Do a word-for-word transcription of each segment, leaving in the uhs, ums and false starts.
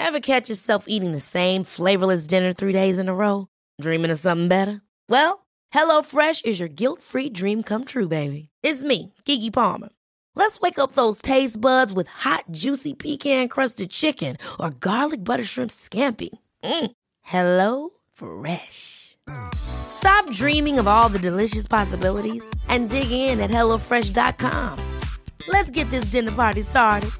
Ever catch yourself eating the same flavorless dinner three days in a row? Dreaming of something better? Well, HelloFresh is your guilt-free dream come true, baby. It's me, Keke Palmer. Let's wake up those taste buds with hot, juicy pecan-crusted chicken or garlic butter shrimp scampi. Mm. Hello Fresh. Stop dreaming of all the delicious possibilities and dig in at hello fresh dot com. Let's get this dinner party started.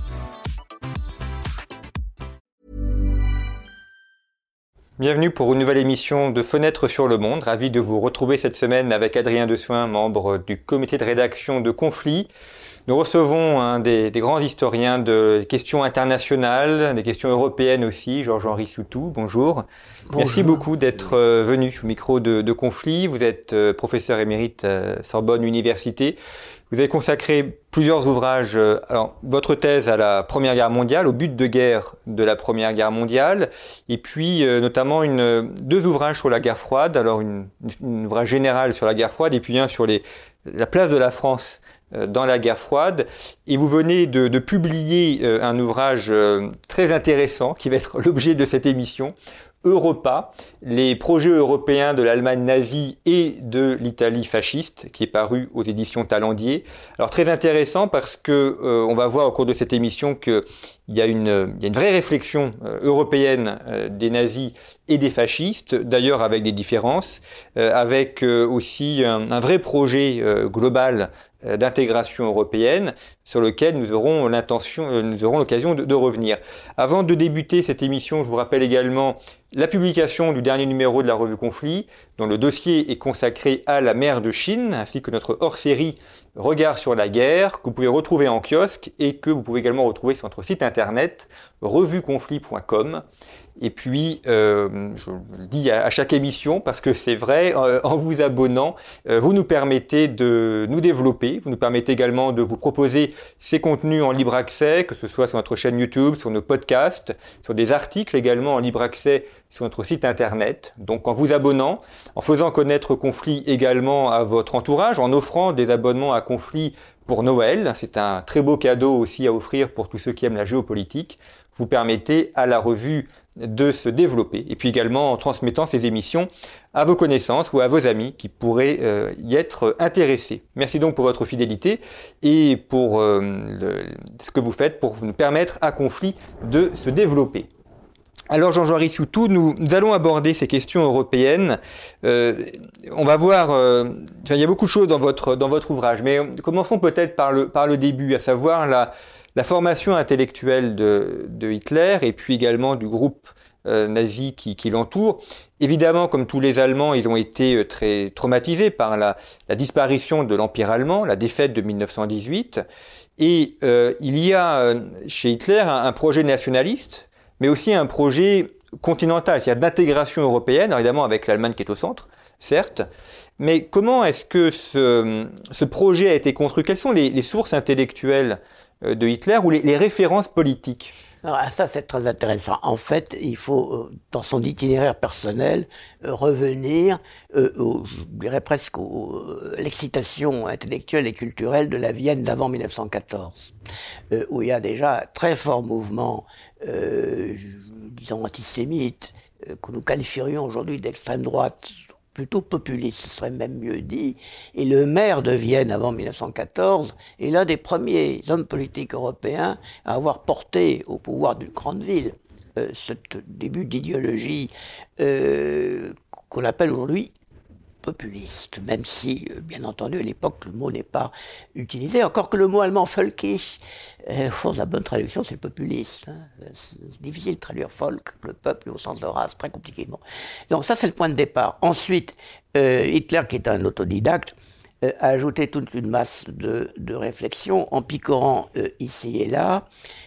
Bienvenue pour une nouvelle émission de Fenêtre sur le Monde. Ravi de vous retrouver cette semaine avec Adrien Dessoin, membre du comité de rédaction de Conflit. Nous recevons un des, des grands historiens de questions internationales, des questions européennes aussi, Georges-Henri Soutou. Bonjour. Bonjour. Merci beaucoup d'être venu au micro de, de Conflit. Vous êtes professeur émérite à Sorbonne Université. Vous avez consacré plusieurs ouvrages, alors votre thèse à la Première Guerre mondiale, au but de guerre de la Première Guerre mondiale, et puis euh, notamment une, deux ouvrages sur la guerre froide, alors une, une ouvrage général sur la guerre froide, et puis un sur les, la place de la France euh, dans la guerre froide. Et vous venez de, de publier euh, un ouvrage euh, très intéressant qui va être l'objet de cette émission, Europa, les projets européens de l'Allemagne nazie et de l'Italie fasciste, qui est paru aux éditions Talendier. Alors très intéressant parce que euh, on va voir au cours de cette émission qu'il y a une, il y a une vraie réflexion euh, européenne euh, des nazis et des fascistes, d'ailleurs avec des différences, euh, avec euh, aussi un, un vrai projet euh, global euh, d'intégration européenne sur lequel nous aurons l'intention, euh, nous aurons l'occasion de, de revenir. Avant de débuter cette émission, je vous rappelle également la publication du dernier numéro de la revue Conflit, dont le dossier est consacré à la mer de Chine, ainsi que notre hors-série Regard sur la guerre, que vous pouvez retrouver en kiosque et que vous pouvez également retrouver sur notre site internet revue conflit point com. Et puis, euh, je le dis à, à chaque émission, parce que c'est vrai, euh, en vous abonnant, euh, vous nous permettez de nous développer, vous nous permettez également de vous proposer ces contenus en libre accès, que ce soit sur notre chaîne YouTube, sur nos podcasts, sur des articles également en libre accès sur notre site internet. Donc en vous abonnant, en faisant connaître Conflit également à votre entourage, en offrant des abonnements à Conflit pour Noël, c'est un très beau cadeau aussi à offrir pour tous ceux qui aiment la géopolitique, vous permettez à la revue de se développer, et puis également en transmettant ces émissions à vos connaissances ou à vos amis qui pourraient euh, y être intéressés. Merci donc pour votre fidélité et pour euh, le, ce que vous faites pour nous permettre à Conflit de se développer. Alors Jean-Henri Soutou, nous, nous allons aborder ces questions européennes. Euh, on va voir, euh, enfin, il y a beaucoup de choses dans votre, dans votre ouvrage, mais commençons peut-être par le, par le début, à savoir la La formation intellectuelle de, de Hitler et puis également du groupe euh, nazi qui, qui l'entoure. Évidemment, comme tous les Allemands, ils ont été très traumatisés par la, la disparition de l'Empire allemand, la défaite de mille neuf cent dix-huit. Et euh, il y a euh, chez Hitler un, un projet nationaliste, mais aussi un projet continental, c'est-à-dire d'intégration européenne, alors évidemment avec l'Allemagne qui est au centre, certes. Mais comment est-ce que ce, ce projet a été construit? Quelles sont les, les sources intellectuelles de Hitler ou les, les références politiques? Alors, ça, c'est très intéressant. En fait, il faut, dans son itinéraire personnel, revenir, euh, au, je dirais presque, à l'excitation intellectuelle et culturelle de la Vienne d'avant mille neuf cent quatorze, euh, où il y a déjà un très fort mouvement, euh, disons, antisémite, euh, que nous qualifierions aujourd'hui d'extrême droite, plutôt populiste, ce serait même mieux dit. Et le maire de Vienne, avant mille neuf cent quatorze, est l'un des premiers hommes politiques européens à avoir porté au pouvoir d'une grande ville euh, ce début d'idéologie euh, qu'on appelle aujourd'hui populiste, même si, euh, bien entendu, à l'époque, le mot n'est pas utilisé, encore que le mot allemand Völkisch, euh, au fond, la bonne traduction, c'est populiste. Hein. C'est difficile de traduire folk, le peuple, au sens de race, très compliqué. Bon. Donc ça, c'est le point de départ. Ensuite, euh, Hitler, qui est un autodidacte, euh, a ajouté toute une masse de, de réflexions en picorant euh, ici et là.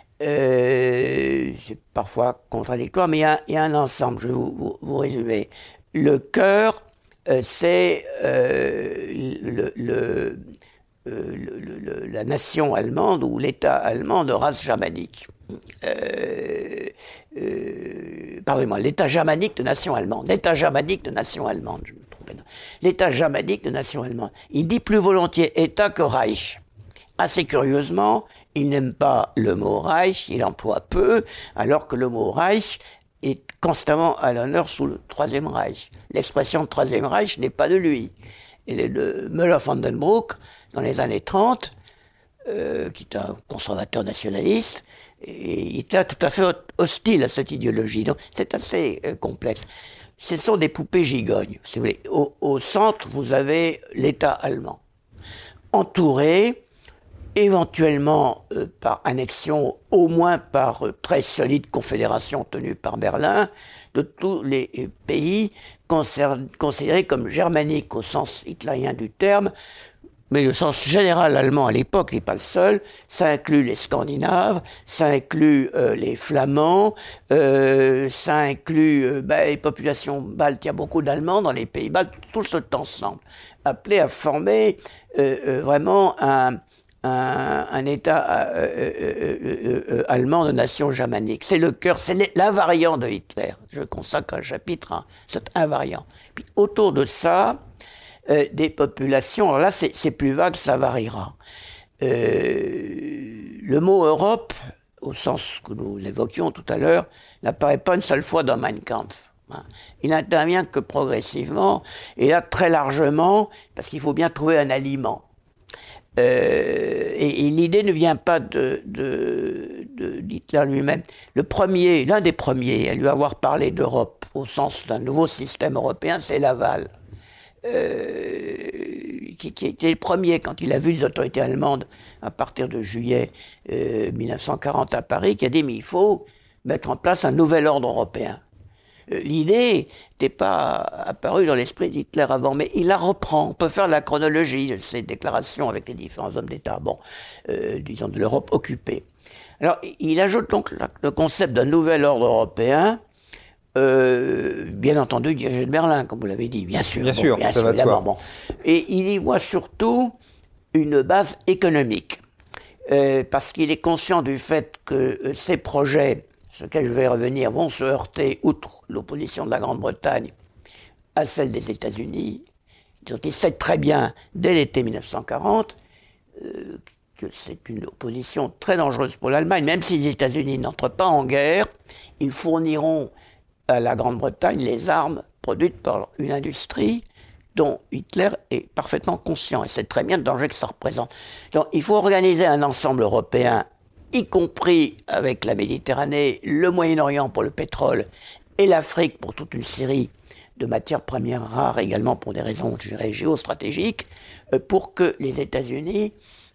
Euh, c'est parfois contradictoire, mais il y a, il y a un ensemble, je vais vous, vous, vous résumer. Le cœur, Euh, c'est euh, le, le, euh, le, le, la nation allemande ou l'État allemand de race germanique. Euh, euh, pardonnez-moi, l'État germanique de nation allemande. L'État germanique de nation allemande, je me trompais. L'État germanique de nation allemande. Il dit plus volontiers État que Reich. Assez curieusement, il n'aime pas le mot Reich, il emploie peu, alors que le mot Reich est constamment à l'honneur sous le Troisième Reich. L'expression Troisième Reich n'est pas de lui. Elle est de Müller-Vandenbrouck, dans les années trente, euh, qui est un conservateur nationaliste, et il était tout à fait hostile à cette idéologie. Donc c'est assez euh, complexe. Ce sont des poupées gigognes, si vous voulez. Au, au centre, vous avez l'État allemand, entouré, éventuellement euh, par annexion, au moins par euh, très solide confédération tenue par Berlin, de tous les euh, pays considérés comme germaniques au sens hitlérien du terme, mais le sens général allemand à l'époque n'est pas le seul. Ça inclut les Scandinaves, ça inclut euh, les Flamands, euh, ça inclut euh, bah, les populations baltes. Il y a beaucoup d'Allemands dans les pays baltes, tout cet ensemble, appelé à former euh, euh, vraiment un, un, un État euh, euh, euh, euh, allemand de nation germanique. C'est le cœur, c'est l'invariant de Hitler. Je consacre un chapitre à cet invariant. Puis autour de ça, Euh, des populations, alors là c'est, c'est plus vague, ça variera. Euh, le mot Europe, au sens que nous l'évoquions tout à l'heure, n'apparaît pas une seule fois dans Mein Kampf. Hein. Il n'intervient que progressivement, et là très largement, parce qu'il faut bien trouver un aliment. Euh, et, et l'idée ne vient pas de, de, de d'Hitler lui-même. Le premier, l'un des premiers à lui avoir parlé d'Europe, au sens d'un nouveau système européen, c'est Laval. Euh, qui, qui était le premier, quand il a vu les autorités allemandes à partir de juillet euh, dix-neuf cent quarante à Paris, qui a dit mais il faut mettre en place un nouvel ordre européen. Euh, l'idée n'était pas apparue dans l'esprit d'Hitler avant, mais il la reprend. On peut faire la chronologie de ces déclarations avec les différents hommes d'État, bon, euh, disons de l'Europe occupée. Alors il ajoute donc la, le concept d'un nouvel ordre européen. Euh, bien entendu dirigé de Berlin, comme vous l'avez dit, bien sûr. Bien bon, sûr, bien ça sûr, va de soi. bon. Et il y voit surtout une base économique, euh, parce qu'il est conscient du fait que euh, ces projets, sur lesquels je vais revenir, vont se heurter, outre l'opposition de la Grande-Bretagne, à celle des États-Unis, dont il sait très bien, dès l'été dix-neuf cent quarante, euh, que c'est une opposition très dangereuse pour l'Allemagne. Même si les États-Unis n'entrent pas en guerre, ils fourniront à la Grande-Bretagne les armes produites par une industrie dont Hitler est parfaitement conscient et sait très bien le danger que ça représente. Donc il faut organiser un ensemble européen, y compris avec la Méditerranée, le Moyen-Orient pour le pétrole et l'Afrique pour toute une série de matières premières rares, également pour des raisons, je dirais, géostratégiques, pour que les États-Unis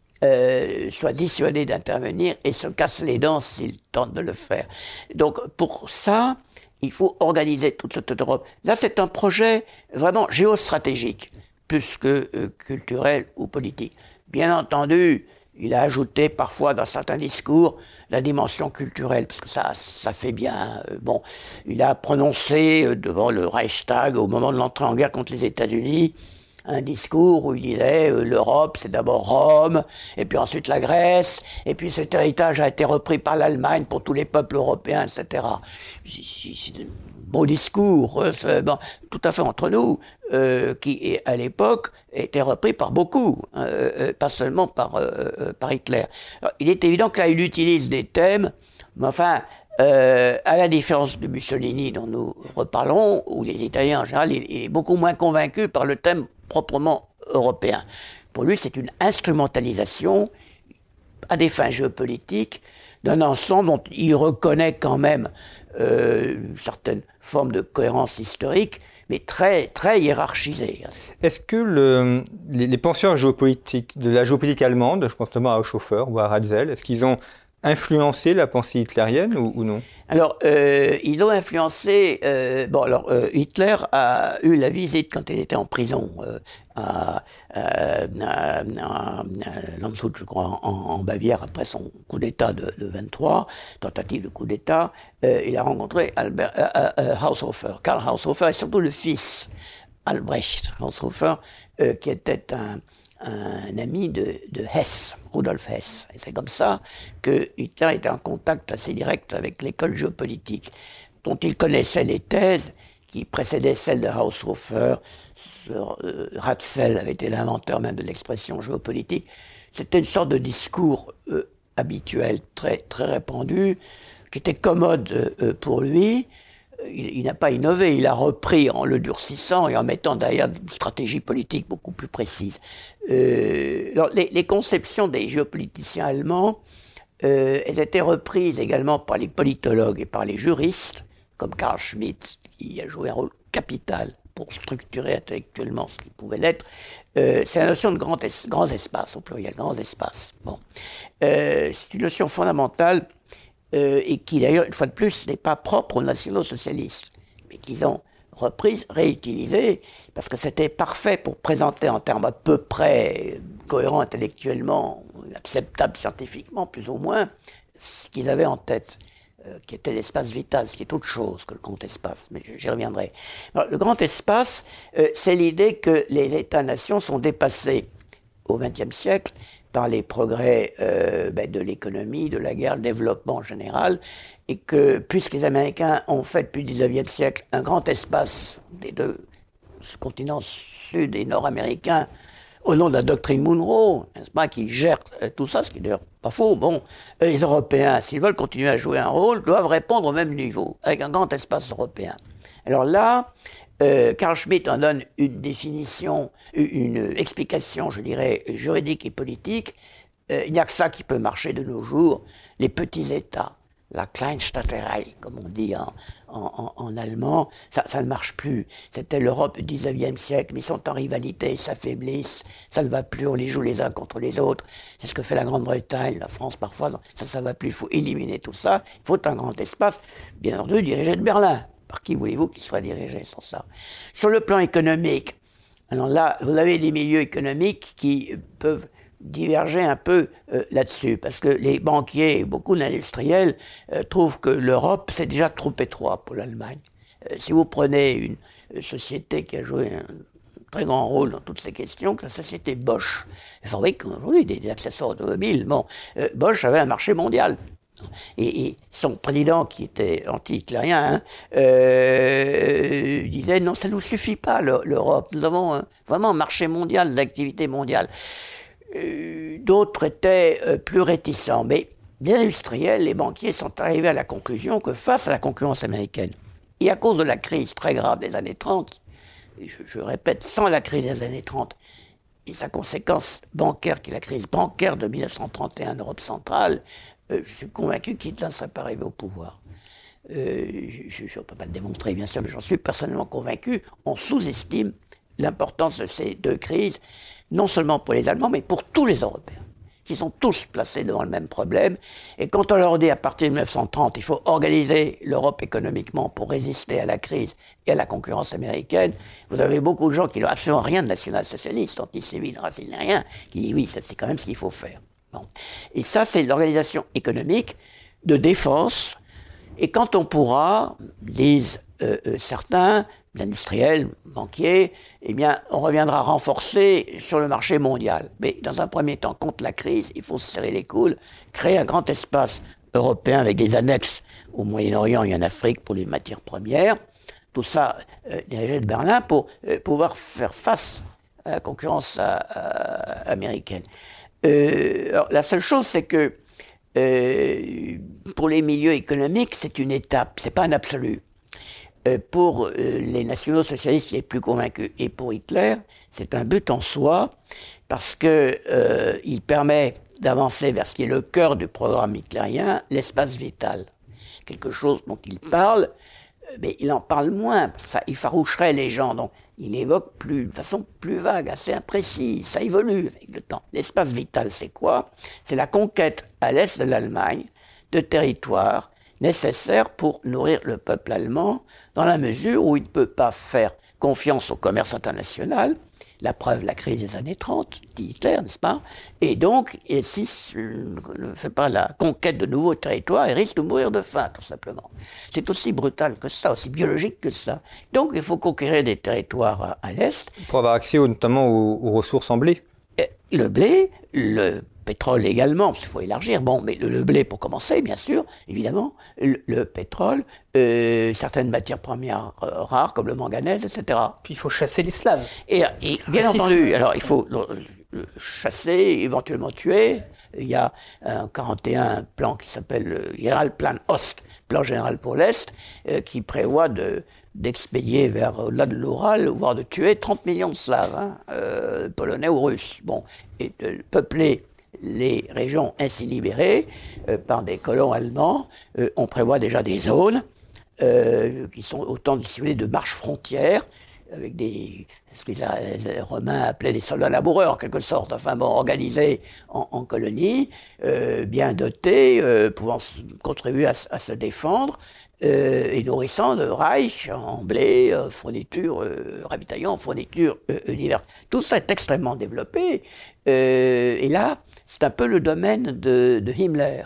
euh, soient dissuadés d'intervenir et se cassent les dents s'ils tentent de le faire. Donc pour ça, il faut organiser toute cette Europe. Là, c'est un projet vraiment géostratégique, plus que euh, culturel ou politique. Bien entendu, il a ajouté parfois dans certains discours la dimension culturelle, parce que ça, ça fait bien. Euh, bon, il a prononcé euh, devant le Reichstag, au moment de l'entrée en guerre contre les États-Unis, un discours où il disait euh, l'Europe, c'est d'abord Rome, et puis ensuite la Grèce, et puis cet héritage a été repris par l'Allemagne pour tous les peuples européens, et cetera. C'est, c'est, c'est un beau discours, euh, bon, tout à fait entre nous, euh, qui à l'époque était repris par beaucoup, euh, euh, pas seulement par, euh, par Hitler. Alors, il est évident que là, il utilise des thèmes, mais enfin, Euh, à la différence de Mussolini dont nous reparlerons, où les Italiens en général, il, il est beaucoup moins convaincu par le thème proprement européen. Pour lui, c'est une instrumentalisation à des fins géopolitiques d'un ensemble dont il reconnaît quand même euh, une certaine forme de cohérence historique, mais très, très hiérarchisée. Est-ce que le, les, les penseurs géopolitiques de la géopolitique allemande, je pense notamment à Haushofer ou à Ratzel, est-ce qu'ils ont influencé la pensée hitlérienne ou, ou non? Alors, euh, ils ont influencé... Euh, bon, alors, euh, Hitler a eu la visite, quand il était en prison, euh, à, à, à, à Landshut, je crois, en, en Bavière, après son coup d'État de, de vingt-trois, tentative de coup d'État. Euh, il a rencontré Albert, euh, euh, Haushofer, Karl Haushofer, et surtout le fils, Albrecht Haushofer, euh, qui était un... un ami de, de Hess, Rudolf Hess. Et c'est comme ça que Hitler était en contact assez direct avec l'école géopolitique, dont il connaissait les thèses qui précédaient celles de Haushofer. Euh, Ratzel avait été l'inventeur même de l'expression géopolitique. C'était une sorte de discours euh, habituel, très, très répandu, qui était commode euh, pour lui. Il, il n'a pas innové, il a repris en le durcissant et en mettant derrière une stratégie politique beaucoup plus précise. Euh, alors les, les conceptions des géopoliticiens allemands, euh, elles étaient reprises également par les politologues et par les juristes, comme Carl Schmitt, qui a joué un rôle capital pour structurer intellectuellement ce qui pouvait l'être. Euh, c'est la notion de grand es- grands espaces, au pluriel, grands espaces. Bon. Euh, c'est une notion fondamentale euh, et qui, d'ailleurs, une fois de plus, n'est pas propre aux nationaux-socialistes, mais qu'ils ont reprise, réutilisée, parce que c'était parfait pour présenter en termes à peu près cohérents intellectuellement, acceptables scientifiquement, plus ou moins, ce qu'ils avaient en tête. Euh, qui était l'espace vital, ce qui est autre chose que le grand espace, mais j'y reviendrai. Alors, le grand espace, euh, c'est l'idée que les États-nations sont dépassés au vingtième siècle par les progrès euh, ben, de l'économie, de la guerre, le développement en général, et que puisque les Américains ont fait depuis le dix-neuvième siècle un grand espace des deux continents sud et nord-américains, au nom de la doctrine Monroe, n'est-ce pas, qui gère euh, tout ça, ce qui est d'ailleurs pas faux. Bon, euh, les Européens, s'ils veulent continuer à jouer un rôle, doivent répondre au même niveau, avec un grand espace européen. Alors là, euh, Carl Schmitt en donne une définition, une explication, je dirais, juridique et politique. Euh, il n'y a que ça qui peut marcher de nos jours, les petits États. La Kleinstaaterei, comme on dit en, en, en, en allemand, ça, ça ne marche plus. C'était l'Europe du dix-neuvième siècle, mais ils sont en rivalité, ils s'affaiblissent, ça ne va plus, on les joue les uns contre les autres. C'est ce que fait la Grande-Bretagne, la France parfois, ça, ça ne va plus, il faut éliminer tout ça, il faut un grand espace, bien entendu, dirigé de Berlin. Par qui voulez-vous qu'il soit dirigé sans ça? Sur le plan économique, alors là, vous avez des milieux économiques qui peuvent diverger un peu euh, là-dessus, parce que les banquiers et beaucoup d'industriels euh, trouvent que l'Europe, c'est déjà trop étroit pour l'Allemagne. Euh, si vous prenez une euh, société qui a joué un très grand rôle dans toutes ces questions, que la société Bosch, elle fabrique aujourd'hui des, des accessoires automobiles. Bon, euh, Bosch avait un marché mondial. Et, et son président, qui était anti-hitlérien, hein, euh, disait « Non, ça ne nous suffit pas, l'Europe. Nous avons euh, vraiment un marché mondial, d'activité mondiale. » Euh, d'autres étaient euh, plus réticents. Mais les industriels, les banquiers sont arrivés à la conclusion que face à la concurrence américaine, et à cause de la crise très grave des années trente, et je, je répète, sans la crise des années trente, et sa conséquence bancaire, qui est la crise bancaire de mille neuf cent trente et un en Europe centrale, euh, je suis convaincu qu'Hitler ne serait pas arrivé au pouvoir. Euh, je ne peux pas le démontrer, bien sûr, mais j'en suis personnellement convaincu. On sous-estime l'importance de ces deux crises, non seulement pour les Allemands, mais pour tous les Européens, qui sont tous placés devant le même problème. Et quand on leur dit à partir de mille neuf cent trente, il faut organiser l'Europe économiquement pour résister à la crise et à la concurrence américaine, vous avez beaucoup de gens qui n'ont absolument rien de national-socialiste, antisémite, raciste, rien, qui disent oui, ça, c'est quand même ce qu'il faut faire. Bon. Et ça, c'est l'organisation économique de défense. Et quand on pourra, disent euh, euh, certains, l'industriel, banquier, eh bien, on reviendra renforcer sur le marché mondial. Mais dans un premier temps, contre la crise, il faut se serrer les coudes, créer un grand espace européen avec des annexes au Moyen-Orient et en Afrique pour les matières premières. Tout ça euh, dirigé de Berlin pour euh, pouvoir faire face à la concurrence à, à, américaine. Euh, alors, la seule chose, c'est que euh, pour les milieux économiques, c'est une étape, c'est pas un absolu. Euh, pour euh, les nationaux socialistes les plus convaincus et pour Hitler, c'est un but en soi parce que euh, il permet d'avancer vers ce qui est le cœur du programme hitlérien, l'espace vital. Quelque chose dont il parle, mais il en parle moins, parce que ça effaroucherait les gens. Donc, il évoque plus, de façon plus vague, assez imprécise. Ça évolue avec le temps. L'espace vital, c'est quoi? C'est la conquête à l'est de l'Allemagne de territoires nécessaires pour nourrir le peuple allemand, dans la mesure où il ne peut pas faire confiance au commerce international. La preuve, la crise des années trente, dit Hitler, n'est-ce pas? Et donc, et si ne fait pas la conquête de nouveaux territoires, il risque de mourir de faim, tout simplement. C'est aussi brutal que ça, aussi biologique que ça. Donc, il faut conquérir des territoires à, à l'Est. Pour avoir accès au, notamment aux, aux ressources en blé. Et le blé, le pétrole également, parce qu'il faut élargir. Bon, mais le, le blé pour commencer, bien sûr, évidemment, le, le pétrole, euh, certaines matières premières euh, rares, comme le manganèse, et cetera. Puis il faut chasser les Slaves. Et, et bien entendu, alors il faut le, le chasser, éventuellement tuer, il y a en quarante et un un plan qui s'appelle le Generalplan Ost, plan général pour l'Est, euh, qui prévoit de, d'expédier vers au-delà de l'Oural, voire de tuer trente millions de Slaves, hein, euh, polonais ou russes. Bon, et de peupler les régions ainsi libérées euh, par des colons allemands. Euh, on prévoit déjà des zones euh, qui sont autant de, si vous voulez, de marches frontières, avec des, ce que les Romains appelaient des soldats laboureurs en quelque sorte, enfin bon, organisés en, en colonies, euh, bien dotés, euh, pouvant contribuer à, à se défendre, euh, et nourrissant le Reich en blé, euh, fournitures, euh, ravitaillant, fournitures euh, diverses. Tout ça est extrêmement développé, euh, et là, c'est un peu le domaine de, de Himmler,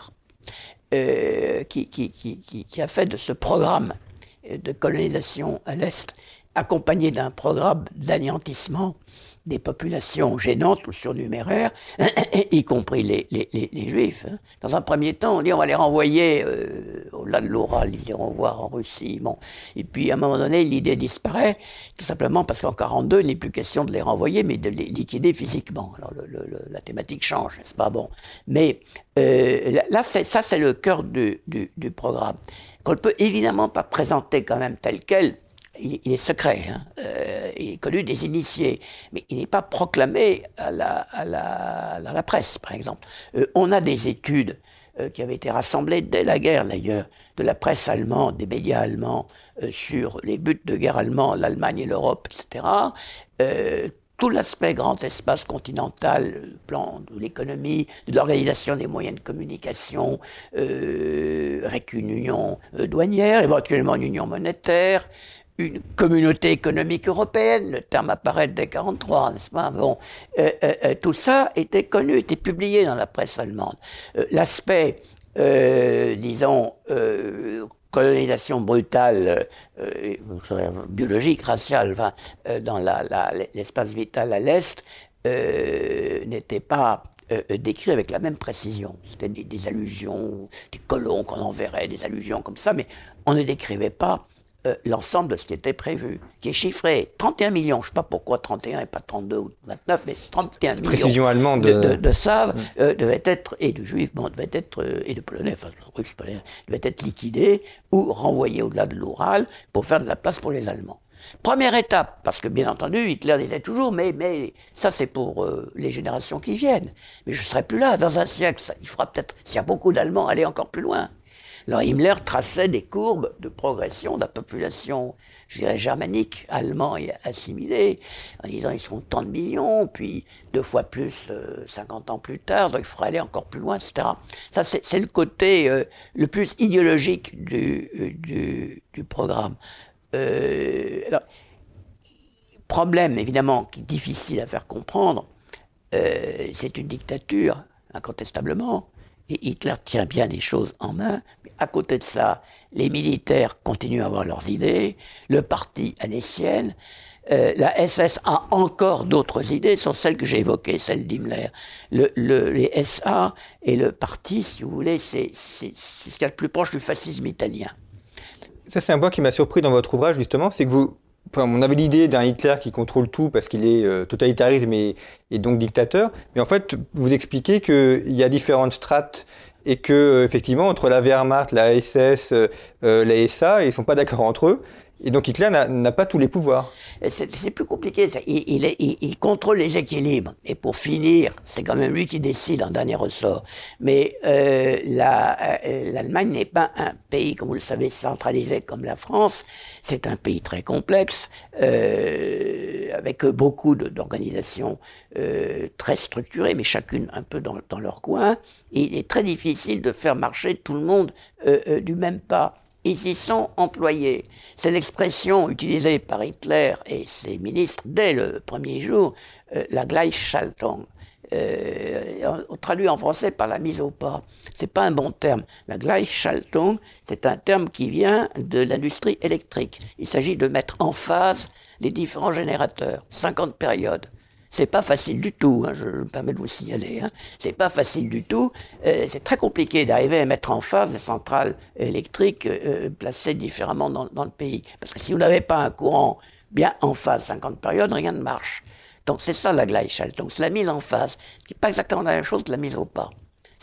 euh, qui, qui, qui, qui, qui a fait de ce programme de colonisation à l'Est, accompagné d'un programme d'anéantissement des populations gênantes ou surnuméraires, y compris les, les, les, les Juifs. Dans un premier temps, on dit on va les renvoyer euh, au-delà de l'Oural, ils iront voir en Russie. Bon. Et puis à un moment donné, l'idée disparaît, tout simplement parce qu'en quarante-deux, il n'est plus question de les renvoyer, mais de les liquider physiquement. Alors le, le, le, la thématique change, n'est-ce pas? Bon. Mais euh, là, c'est, ça, c'est le cœur du, du, du programme, qu'on ne peut évidemment pas présenter quand même tel quel. Il, il est secret, hein. euh, il est connu des initiés, mais il n'est pas proclamé à la, à la, à la presse, par exemple. Euh, on a des études euh, qui avaient été rassemblées dès la guerre, d'ailleurs, de la presse allemande, des médias allemands, euh, sur les buts de guerre allemands, l'Allemagne et l'Europe, et cetera. Euh, tout l'aspect grand espace continental, le plan de l'économie, de l'organisation des moyens de communication, euh, avec une union euh, douanière, éventuellement une union monétaire, une communauté économique européenne, le terme apparaît dès quarante-trois, n'est-ce pas? Bon, euh, euh, tout ça était connu, était publié dans la presse allemande. Euh, l'aspect, euh, disons, euh, colonisation brutale, euh, biologique, raciale, enfin, euh, dans la, la, l'espace vital à l'Est, euh, n'était pas euh, décrit avec la même précision. C'était des, des allusions, des colons qu'on enverrait, des allusions comme ça, mais on ne décrivait pas Euh, l'ensemble de ce qui était prévu, qui est chiffré. trente et un millions, je ne sais pas pourquoi trente et un et pas trente-deux ou vingt-neuf, mais trente et un Précision millions allemande. de, de, de Slaves mmh. euh, devaient être, et de Juifs, bon, devaient être, euh, et de Polonais, enfin, Russes, Polonais, devaient être liquidés ou renvoyés au-delà de l'Oural pour faire de la place pour les Allemands. Première étape, parce que bien entendu, Hitler disait toujours, mais, mais ça c'est pour euh, les générations qui viennent. Mais je ne serai plus là, dans un siècle, ça, il faudra peut-être, s'il y a beaucoup d'Allemands, aller encore plus loin. Alors Himmler traçait des courbes de progression de la population, je dirais, germanique, allemand et assimilée, en disant ils seront tant de millions, puis deux fois plus euh, cinquante ans plus tard, donc il faudra aller encore plus loin, et cetera. Ça, c'est, c'est le côté euh, le plus idéologique du, euh, du, du programme. Euh, alors, problème, évidemment, qui est difficile à faire comprendre, euh, c'est une dictature, incontestablement. Et Hitler tient bien les choses en main, mais à côté de ça, les militaires continuent à avoir leurs idées, le parti a les siennes, euh, la S S a encore d'autres idées, sont celles que j'ai évoquées, celles d'Himmler. Le, le, les S A et le parti, si vous voulez, c'est, c'est, c'est ce qu'il y a de plus proche du fascisme italien. Ça, c'est un point qui m'a surpris dans votre ouvrage, justement, c'est que vous... Enfin, on avait l'idée d'un Hitler qui contrôle tout parce qu'il est euh, totalitarisme et, et donc dictateur. Mais en fait, vous expliquez qu'il y a différentes strates et que euh, effectivement, entre la Wehrmacht, la S S, euh, la S A, ils ne sont pas d'accord entre eux. Et donc Hitler n'a, n'a pas tous les pouvoirs. C'est, c'est plus compliqué, ça. Il, il, est, il, il contrôle les équilibres. Et pour finir, c'est quand même lui qui décide en dernier ressort. Mais euh, la, euh, l'Allemagne n'est pas un pays, comme vous le savez, centralisé comme la France. C'est un pays très complexe, euh, avec beaucoup de, d'organisations euh, très structurées, mais chacune un peu dans, dans leur coin. Et il est très difficile de faire marcher tout le monde euh, euh, du même pas. Ils y sont employés. C'est l'expression utilisée par Hitler et ses ministres dès le premier jour, euh, la Gleichschaltung. Euh, on traduit en français par la mise au pas. C'est pas un bon terme. La Gleichschaltung, c'est un terme qui vient de l'industrie électrique. Il s'agit de mettre en phase les différents générateurs, cinquante périodes. C'est pas facile du tout, hein, je me permets de vous signaler. Hein. C'est pas facile du tout. Euh, c'est très compliqué d'arriver à mettre en phase des centrales électriques euh, placées différemment dans, dans le pays. Parce que si vous n'avez pas un courant bien en phase, cinquante périodes, rien ne marche. Donc c'est ça la Gleichschaltung, c'est la mise en phase, qui n'est pas exactement la même chose que la mise au pas.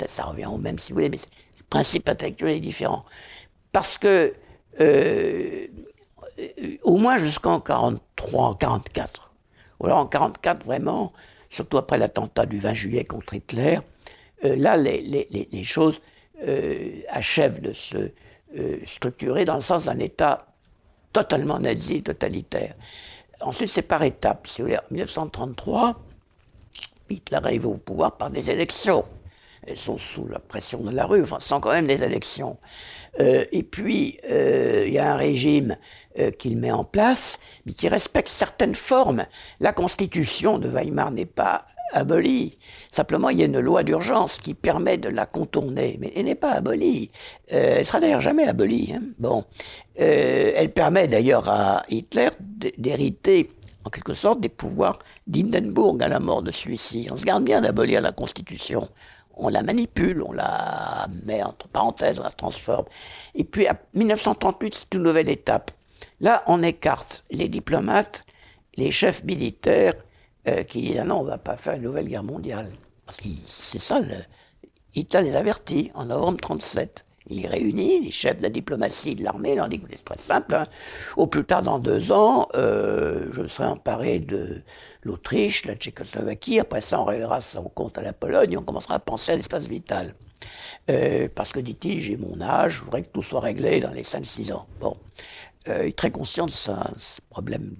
ça revient au même si vous voulez, mais le principe intellectuel est différent. Parce que, euh, au moins jusqu'en quarante-trois, quarante-quatre, ou alors en quarante-quatre vraiment, surtout après l'attentat du vingt juillet contre Hitler, euh, là les, les, les choses euh, achèvent de se euh, structurer dans le sens d'un État totalement nazi, totalitaire. Ensuite, c'est par étapes. Si vous voulez, en dix-neuf cent trente-trois, Hitler arrive au pouvoir par des élections. Elles sont sous la pression de la rue, enfin, sans quand même des élections. Euh, et puis, euh, il y a un régime euh, qu'il met en place, mais qui respecte certaines formes. La constitution de Weimar n'est pas abolie. Simplement, il y a une loi d'urgence qui permet de la contourner, mais elle n'est pas abolie. Euh, elle sera d'ailleurs jamais abolie. Hein. Bon, euh, elle permet d'ailleurs à Hitler d'hériter en quelque sorte des pouvoirs d'Hindenburg à la mort de celui-ci. On se garde bien d'abolir la Constitution. On la manipule, on la met entre parenthèses, on la transforme. Et puis, à dix-neuf cent trente-huit, c'est une nouvelle étape. Là, on écarte les diplomates, les chefs militaires euh, qui disent « Ah non, on ne va pas faire une nouvelle guerre mondiale ». Parce que c'est ça, le, Hitler les avertit en novembre trente-sept. Il les réunit, les chefs de la diplomatie et de l'armée, il leur dit que c'est très simple. Hein. Au plus tard, dans deux ans, euh, je serai emparé de l'Autriche, la Tchécoslovaquie. Après ça, on réglera son compte à la Pologne et on commencera à penser à l'espace vital. Euh, parce que, dit-il, j'ai mon âge, je voudrais que tout soit réglé dans les cinq six ans. Bon, euh, il est très conscient de ça, ce problème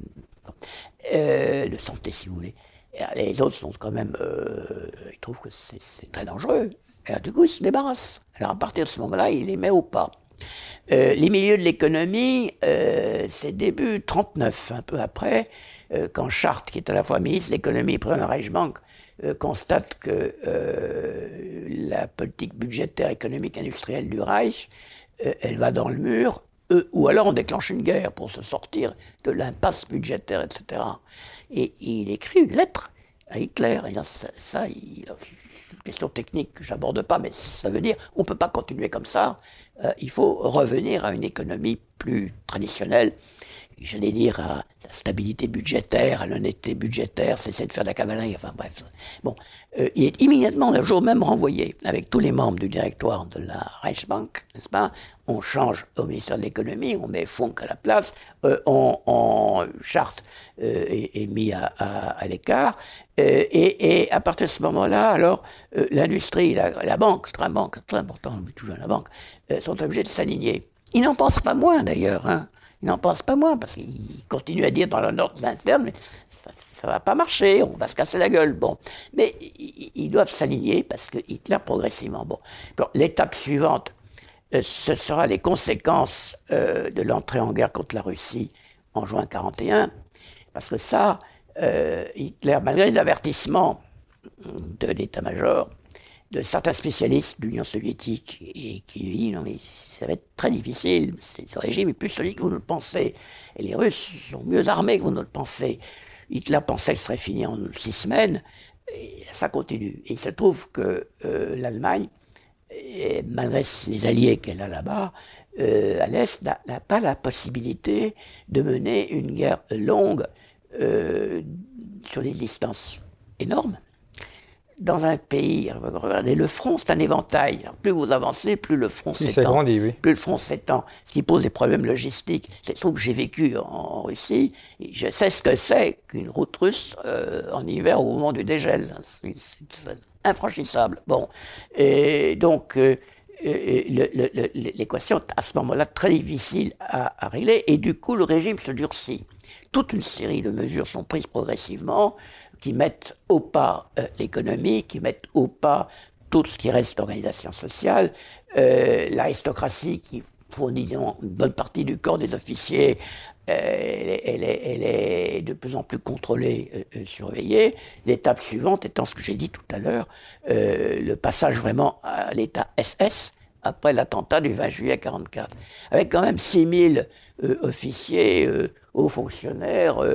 euh, de santé, si vous voulez. Et les autres sont quand même, euh, ils trouvent que c'est, c'est très dangereux. Et alors, du coup, il se débarrasse. Alors, à partir de ce moment-là, il les met au pas. Euh, les milieux de l'économie, euh, c'est début trente-neuf, un peu après, euh, quand Chart, qui est à la fois ministre de l'économie et président de la Reichsbank, euh, constate que euh, la politique budgétaire, économique, industrielle du Reich, euh, elle va dans le mur, euh, ou alors on déclenche une guerre pour se sortir de l'impasse budgétaire, et cetera. Et, et il écrit une lettre à Hitler. Et là, ça, ça il, une question technique que je n'aborde pas, mais ça veut dire on ne peut pas continuer comme ça. Euh, il faut revenir à une économie plus traditionnelle. J'allais dire à la stabilité budgétaire, à l'honnêteté budgétaire, cesser de faire de la cavalerie, enfin bref. Bon, euh, il est immédiatement, le jour même, renvoyé avec tous les membres du directoire de la Reichsbank, n'est-ce pas? On change au ministère de l'économie, on met Funk à la place, euh, on, on Chart euh, est, est mis à, à, à l'écart, euh, et, et à partir de ce moment-là, alors euh, l'industrie, la, la banque, très banque, très important, toujours la banque, euh, sont obligés de s'aligner. Ils n'en pensent pas moins d'ailleurs, hein. Ils n'en pensent pas moins, parce qu'ils continuent à dire dans leurs notes internes, mais ça ne va pas marcher, on va se casser la gueule. Bon. Mais ils doivent s'aligner, parce que Hitler, progressivement. Bon. Bon, l'étape suivante, euh, ce sera les conséquences euh, de l'entrée en guerre contre la Russie en juin quarante et un, parce que ça, euh, Hitler, malgré les avertissements de l'état-major, de certains spécialistes de l'Union soviétique, et qui lui disent « Non, mais ça va être très difficile, c'est, le régime est plus solide que vous ne le pensez, et les Russes sont mieux armés que vous ne le pensez. » Hitler pensait que ce serait fini en six semaines, et ça continue. Et il se trouve que euh, l'Allemagne, et malgré les alliés qu'elle a là-bas, euh, à l'Est, n'a, n'a pas la possibilité de mener une guerre longue euh, sur des distances énormes. Dans un pays, regardez, le front, c'est un éventail. Alors, plus vous avancez, plus le front s'étend. Ça grandit, oui. Plus le front s'étend, ce qui pose des problèmes logistiques. Je trouve que j'ai vécu en Russie, et je sais ce que c'est qu'une route russe euh, en hiver au moment du dégel. C'est, c'est, c'est infranchissable. Bon, et donc euh, et le, le, le, l'équation est à ce moment-là très difficile à, à régler, et du coup le régime se durcit. Toute une série de mesures sont prises progressivement, qui mettent au pas euh, l'économie, qui mettent au pas tout ce qui reste d'organisation sociale, euh, l'aristocratie qui fournit disons, une bonne partie du corps des officiers, euh, elle, est, elle, est, elle est de plus en plus contrôlée, euh, surveillée. L'étape suivante étant ce que j'ai dit tout à l'heure, euh, le passage vraiment à l'état S S, après l'attentat du vingt juillet quarante-quatre, avec quand même six mille euh, officiers, euh, hauts fonctionnaires, euh,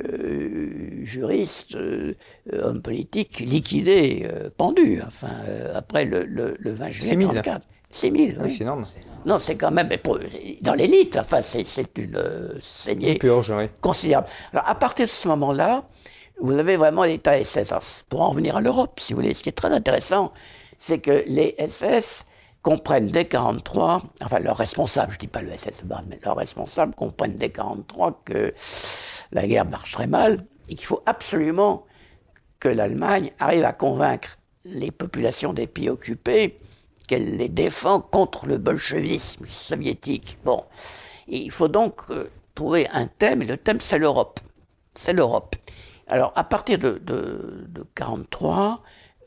euh, juristes, euh, hommes politiques liquidés, euh, pendus, enfin, euh, après le, le, le vingt juillet quarante-quatre. six mille, oui. Oui, c'est énorme. Non, c'est quand même, pour, dans l'élite, enfin, c'est, c'est une euh, saignée une purge, oui. considérable. Alors, à partir de ce moment-là, vous avez vraiment l'état S S. Alors, pour en venir à l'Europe, si vous voulez, ce qui est très intéressant, c'est que les S S comprennent dès quarante-trois, enfin leurs responsables, je ne dis pas le S S Bahn, mais leurs responsables comprennent dès quarante-trois que la guerre marche très mal et qu'il faut absolument que l'Allemagne arrive à convaincre les populations des pays occupés qu'elle les défend contre le bolchevisme soviétique. Bon, et il faut donc euh, trouver un thème, et le thème c'est l'Europe. C'est l'Europe. Alors à partir de, de, de quarante-trois,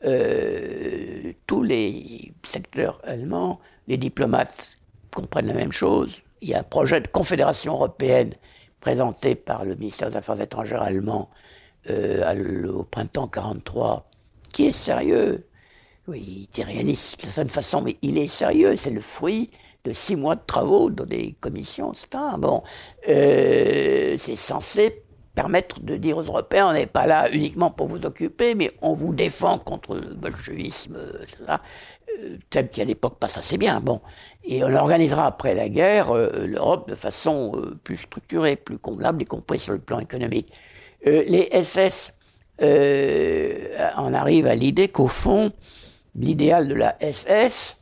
euh, tous les secteurs allemands, les diplomates comprennent la même chose. Il y a un projet de confédération européenne présenté par le ministère des Affaires étrangères allemand euh, au printemps quarante-trois, qui est sérieux. Oui, il est irréaliste de certaine façon, mais il est sérieux. C'est le fruit de six mois de travaux dans des commissions, et cetera. Bon, euh, c'est censé permettre de dire aux Européens, on n'est pas là uniquement pour vous occuper, mais on vous défend contre le bolchevisme, et cetera. Euh, thème qui à l'époque passe assez bien. Bon, et on organisera après la guerre euh, l'Europe de façon euh, plus structurée, plus convenable, y compris sur le plan économique. Euh, les S S euh, en arrivent à l'idée qu'au fond, l'idéal de la S S,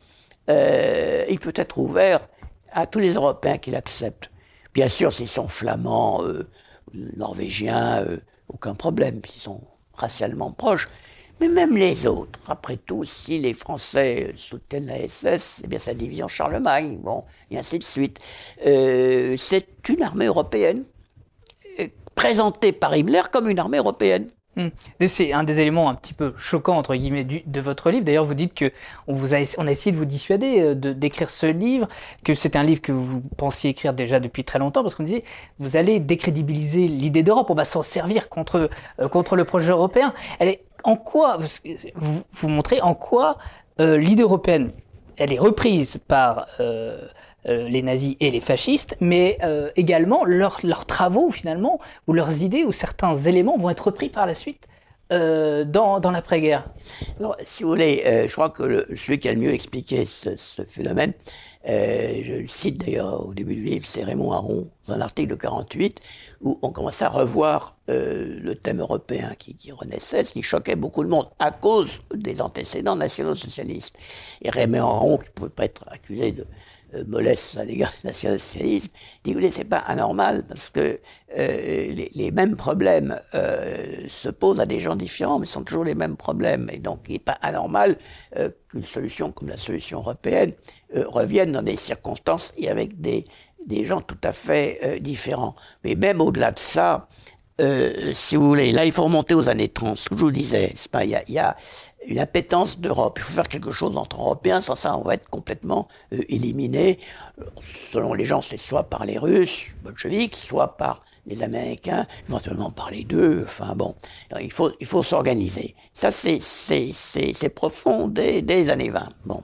euh, il peut être ouvert à tous les Européens qui l'acceptent. Bien sûr, s'ils sont flamands, euh, norvégiens, euh, aucun problème, s'ils sont racialement proches. Mais même les autres, après tout, si les Français soutiennent la S S, eh bien c'est la division Charlemagne, bon, et ainsi de suite. Euh, c'est une armée européenne, euh, présentée par Himmler comme une armée européenne. Hum. C'est un des éléments un petit peu choquants entre guillemets du, de votre livre. D'ailleurs, vous dites que on vous a, on a essayé de vous dissuader de, d'écrire ce livre, que c'est un livre que vous pensiez écrire déjà depuis très longtemps, parce qu'on disait vous allez décrédibiliser l'idée d'Europe, on va s'en servir contre euh, contre le projet européen. Elle est en quoi vous vous montrez en quoi euh, l'idée européenne elle est reprise par euh, euh, les nazis et les fascistes, mais euh, également leurs leurs travaux finalement, ou leurs idées, ou certains éléments vont être repris par la suite euh, dans, dans l'après-guerre. Alors, si vous voulez, euh, je crois que le, celui qui a le mieux expliqué ce, ce phénomène, euh, je le cite d'ailleurs au début du livre, c'est Raymond Aron, dans un article de quarante-huit, où on commençait à revoir euh, le thème européen qui, qui renaissait, ce qui choquait beaucoup de monde, à cause des antécédents nationaux-socialistes. Et Raymond Aron, qui ne pouvait pas être accusé de euh, mollesse à l'égard du national-socialisme, dit, vous c'est pas anormal, parce que euh, les, les mêmes problèmes euh, se posent à des gens différents, mais ce sont toujours les mêmes problèmes. Et donc, il n'est pas anormal euh, qu'une solution comme la solution européenne euh, revienne dans des circonstances et avec des des gens tout à fait euh, différents. Mais même au-delà de ça, euh, si vous voulez, là, il faut remonter aux années trente. Ce que je vous disais, c'est pas, il y a, y a une appétence d'Europe. Il faut faire quelque chose entre Européens, sans ça, on va être complètement euh, éliminé. Selon les gens, c'est soit par les Russes, bolcheviques, soit par les Américains, éventuellement par les deux. Enfin bon, alors, il faut, il faut s'organiser. Ça, c'est, c'est, c'est, c'est profond dès, dès les années vingt. Bon.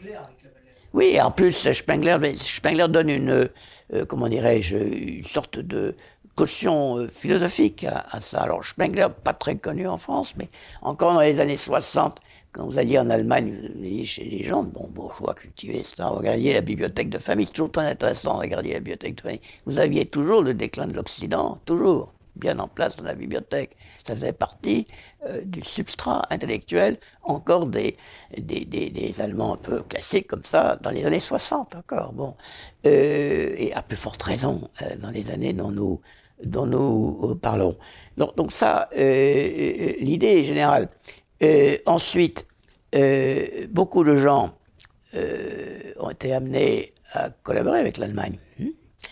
Oui, en plus, Spengler, Spengler donne une, euh, comment dirais-je, une sorte de caution euh, philosophique à, à ça. Alors Spengler, pas très connu en France, mais encore dans les années soixante, quand vous alliez en Allemagne, vous alliez chez les gens, bon, bourgeois, cultivés, et cetera, vous regardiez la bibliothèque de famille, c'est toujours très intéressant de regarder la bibliothèque de famille. Vous aviez toujours le déclin de l'Occident, toujours, bien en place dans la bibliothèque. Ça faisait partie euh, du substrat intellectuel encore des, des, des, des Allemands un peu classiques comme ça, dans les années soixante encore. Bon. Euh, et à plus forte raison, euh, dans les années dont nous, dont nous euh, parlons. Donc, donc ça, euh, l'idée est générale. Euh, ensuite, euh, beaucoup de gens euh, ont été amenés à collaborer avec l'Allemagne, hein,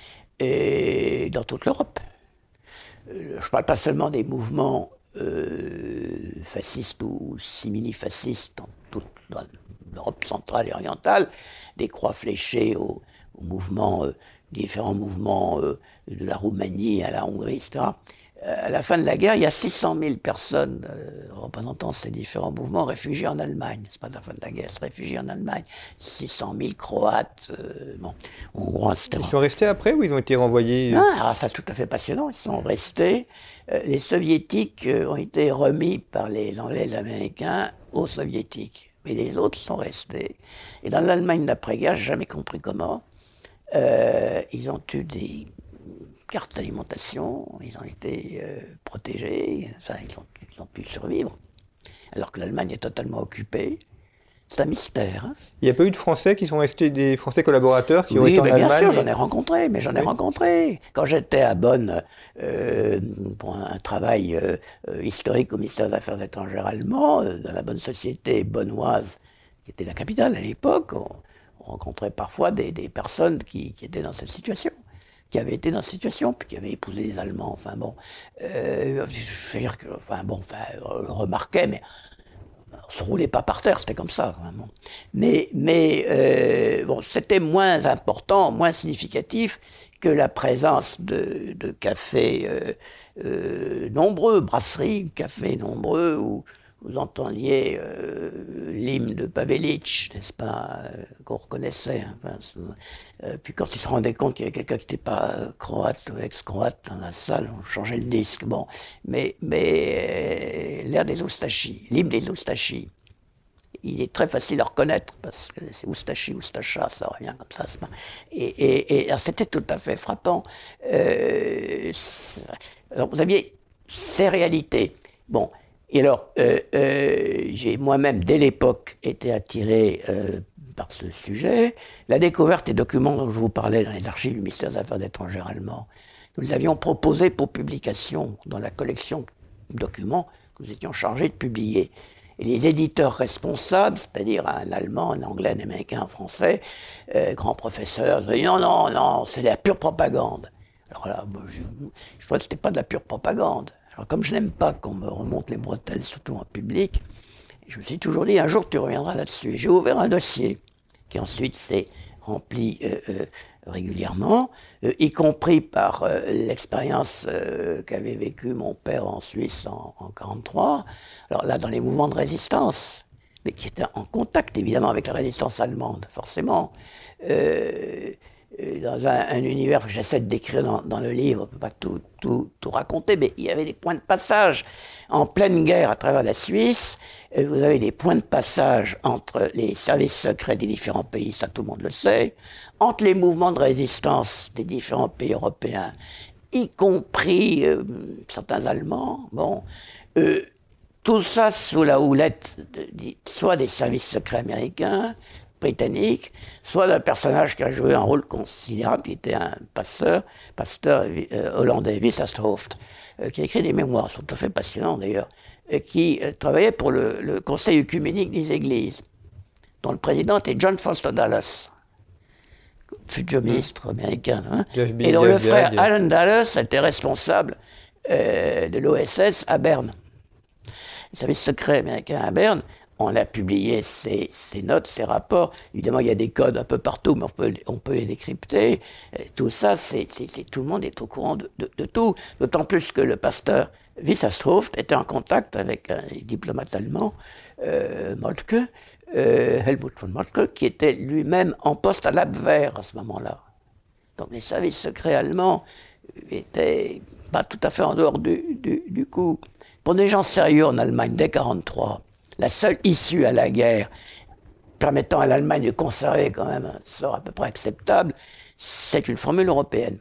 et dans toute l'Europe. Je ne parle pas seulement des mouvements euh, fascistes ou simili-fascistes dans toute dans l'Europe centrale et orientale, des croix fléchées aux, aux mouvements, euh, différents mouvements euh, de la Roumanie à la Hongrie, et cetera. À la fin de la guerre, il y a six cent mille personnes euh, représentant ces différents mouvements réfugiés en Allemagne. C'est pas de la fin de la guerre, c'est réfugiés en Allemagne. six cent mille Croates, euh, bon, Hongrois, et cetera. Ils sont restés après ou ils ont été renvoyés? Non, alors ça, c'est tout à fait passionnant. Ils sont restés. Euh, les Soviétiques euh, ont été remis par les Anglais et les Américains aux Soviétiques. Mais les autres sont restés. Et dans l'Allemagne d'après-guerre, j'ai jamais compris comment, euh, ils ont eu des cartes d'alimentation, ils ont été euh, protégés, enfin, ils, ont, ils ont pu survivre, alors que l'Allemagne est totalement occupée. C'est un mystère. Hein. Il n'y a pas eu de Français qui sont restés, des Français collaborateurs qui ont oui, été en mais Allemagne? Bien sûr, j'en ai rencontré, mais j'en ai oui. rencontré. Quand j'étais à Bonn euh, pour un travail euh, historique au ministère des Affaires étrangères allemand, euh, dans la bonne société bonnoise, qui était la capitale à l'époque, on, on rencontrait parfois des, des personnes qui, qui étaient dans cette situation, qui avaient été dans cette situation, puis qui avaient épousé des Allemands. Enfin bon, euh, je veux dire que, enfin bon, enfin, on le remarquait, mais on se roulait pas par terre, c'était comme ça, vraiment. Mais, mais euh, bon, c'était moins important, moins significatif que la présence de, de cafés euh, euh, nombreux, brasseries, cafés nombreux, où vous entendiez euh, l'hymne de Pavelić, n'est-ce pas, euh, qu'on reconnaissait. Enfin, euh, puis quand il se rendait compte qu'il y avait quelqu'un qui n'était pas euh, croate ou ex-croate dans la salle, on changeait le disque. Bon, mais, mais euh, l'air des Oustachis, l'hymne des Oustachis, il est très facile à reconnaître parce que c'est Oustachi, Oustacha, ça revient comme ça. Et, et, et c'était tout à fait frappant. Euh, alors vous aviez ces réalités. Bon. Et alors, euh, euh, j'ai moi-même, dès l'époque, été attiré euh, par ce sujet. La découverte des documents dont je vous parlais dans les archives du ministère des Affaires étrangères allemand, que nous avions proposés pour publication dans la collection de documents que nous étions chargés de publier. Et les éditeurs responsables, c'est-à-dire un Allemand, un Anglais, un Américain, un Français, euh, grand professeur, disaient non, non, non, c'est de la pure propagande. Alors là, bon, je, je trouvais que c'était pas de la pure propagande. Alors, comme je n'aime pas qu'on me remonte les bretelles, surtout en public, je me suis toujours dit, un jour tu reviendras là-dessus. Et j'ai ouvert un dossier qui ensuite s'est rempli euh, euh, régulièrement, euh, y compris par euh, l'expérience euh, qu'avait vécue mon père en Suisse en mille neuf cent quarante-trois. Alors là, dans les mouvements de résistance, mais qui étaient en contact évidemment avec la résistance allemande, forcément. Euh, dans un, un univers que j'essaie de décrire dans, dans le livre, on ne peut pas tout, tout, tout raconter, mais il y avait des points de passage en pleine guerre à travers la Suisse. Vous avez des points de passage entre les services secrets des différents pays, ça tout le monde le sait, entre les mouvements de résistance des différents pays européens, y compris euh, certains Allemands. Bon, euh, tout ça sous la houlette de, de, soit des services secrets américains, britannique, soit d'un personnage qui a joué un rôle considérable, qui était un pasteur, pasteur euh, hollandais, Wissasthoofd, euh, qui a écrit des mémoires, sont tout à fait passionnants d'ailleurs, euh, qui euh, travaillait pour le, le Conseil œcuménique des Églises, dont le président était John Foster Dulles, futur ministre mmh. américain, hein, et dont le frère Alan Dulles était responsable euh, de l'O S S à Berne. Le service secret américain à Berne. On a publié ces, ces notes, ces rapports. Évidemment, il y a des codes un peu partout, mais on peut, on peut les décrypter. Et tout ça, c'est, c'est, c'est, tout le monde est au courant de, de, de tout. D'autant plus que le pasteur Wissasthoofd était en contact avec un diplomate allemand, euh, Moltke, euh, Helmut von Moltke, qui était lui-même en poste à l'Abwehr à ce moment-là. Donc les services secrets allemands étaient pas tout à fait en dehors du, du, du coup. Pour des gens sérieux en Allemagne, dès mille neuf cent quarante-trois, la seule issue à la guerre permettant à l'Allemagne de conserver quand même un sort à peu près acceptable, c'est une formule européenne.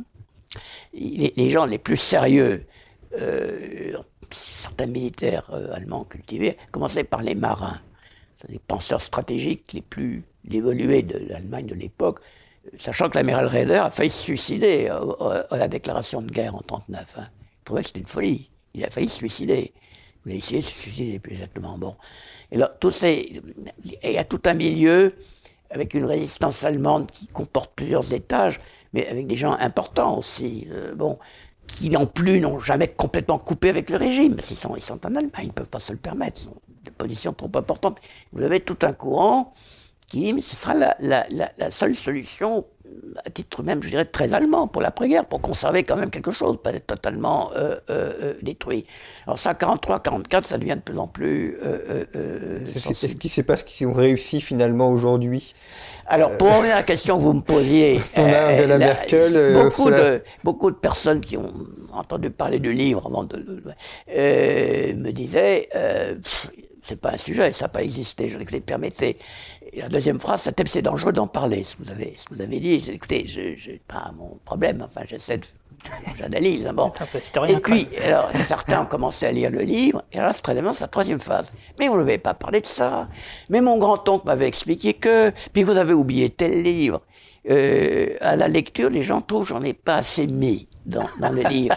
Les, les gens les plus sérieux, euh, certains militaires euh, allemands cultivés, commençaient par les marins, les penseurs stratégiques les plus évolués de l'Allemagne de l'époque, sachant que l'amiral Raeder a failli se suicider à la déclaration de guerre en mille neuf cent trente-neuf. Hein. Il trouvait que c'était une folie. Il a failli se suicider. Il a essayé de se suicider plus exactement. Bon. Et là, tout ces, il y a tout un milieu avec une résistance allemande qui comporte plusieurs étages, mais avec des gens importants aussi, euh, bon, qui non plus n'ont jamais complètement coupé avec le régime, parce qu'ils sont, ils sont en Allemagne, ils ne peuvent pas se le permettre, ils ont des positions trop importantes. Vous avez tout un courant qui dit, mais ce sera la, la, la, la seule solution, à titre même, je dirais, très allemand, pour l'après-guerre, pour conserver quand même quelque chose, pas être totalement euh, euh, détruit. Alors ça, quarante-trois quarante-quatre, ça devient de plus en plus euh, euh, c'est, Est-ce qu'il ne sait pas ce qu'ils ont réussi finalement aujourd'hui? Alors, pour revenir à la question que vous me posiez, on a euh, Angela Merkel, euh, beaucoup, de, beaucoup de personnes qui ont entendu parler du livre avant de, de, de euh, me disaient euh, pff, c'est pas un sujet, ça n'a pas existé, je les permettais. Et la deuxième phrase, c'était c'est dangereux d'en parler, ce que vous avez, ce que vous avez dit. Écoutez, je, je, pas mon problème, enfin, j'essaie de j'analyse. Hein, bon. C'est un peu historien, et puis, alors, certains ont commencé à lire le livre, et là, c'est très bien, c'est la troisième phase. Mais vous ne m'avez pas parlé de ça. Mais mon grand-oncle m'avait expliqué que, puis vous avez oublié tel livre. Euh, à la lecture, les gens trouvent que j'en ai pas assez mis dans, dans le livre.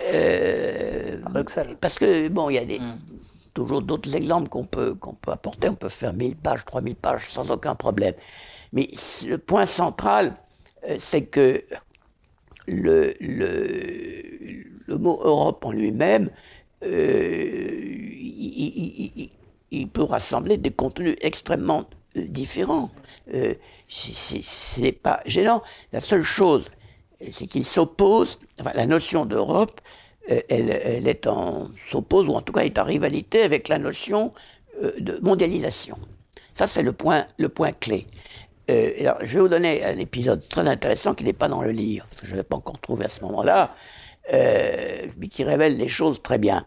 Euh, parce que, bon, il y a des, mm. toujours d'autres exemples qu'on peut, qu'on peut apporter. On peut faire mille pages, trois mille pages sans aucun problème. Mais le point central, euh, c'est que le, le, le mot Europe en lui-même, euh, il, il, il, il peut rassembler des contenus extrêmement euh, différents. Euh, ce n'est pas gênant. La seule chose, c'est qu'il s'oppose, enfin, la notion d'Europe, euh, elle, elle est en, s'oppose, ou en tout cas est en rivalité avec la notion euh, de mondialisation. Ça, c'est le point, le point clé. Euh, alors, je vais vous donner un épisode très intéressant qui n'est pas dans le livre, parce que je ne l'ai pas encore trouvé à ce moment-là, euh, mais qui révèle les choses très bien.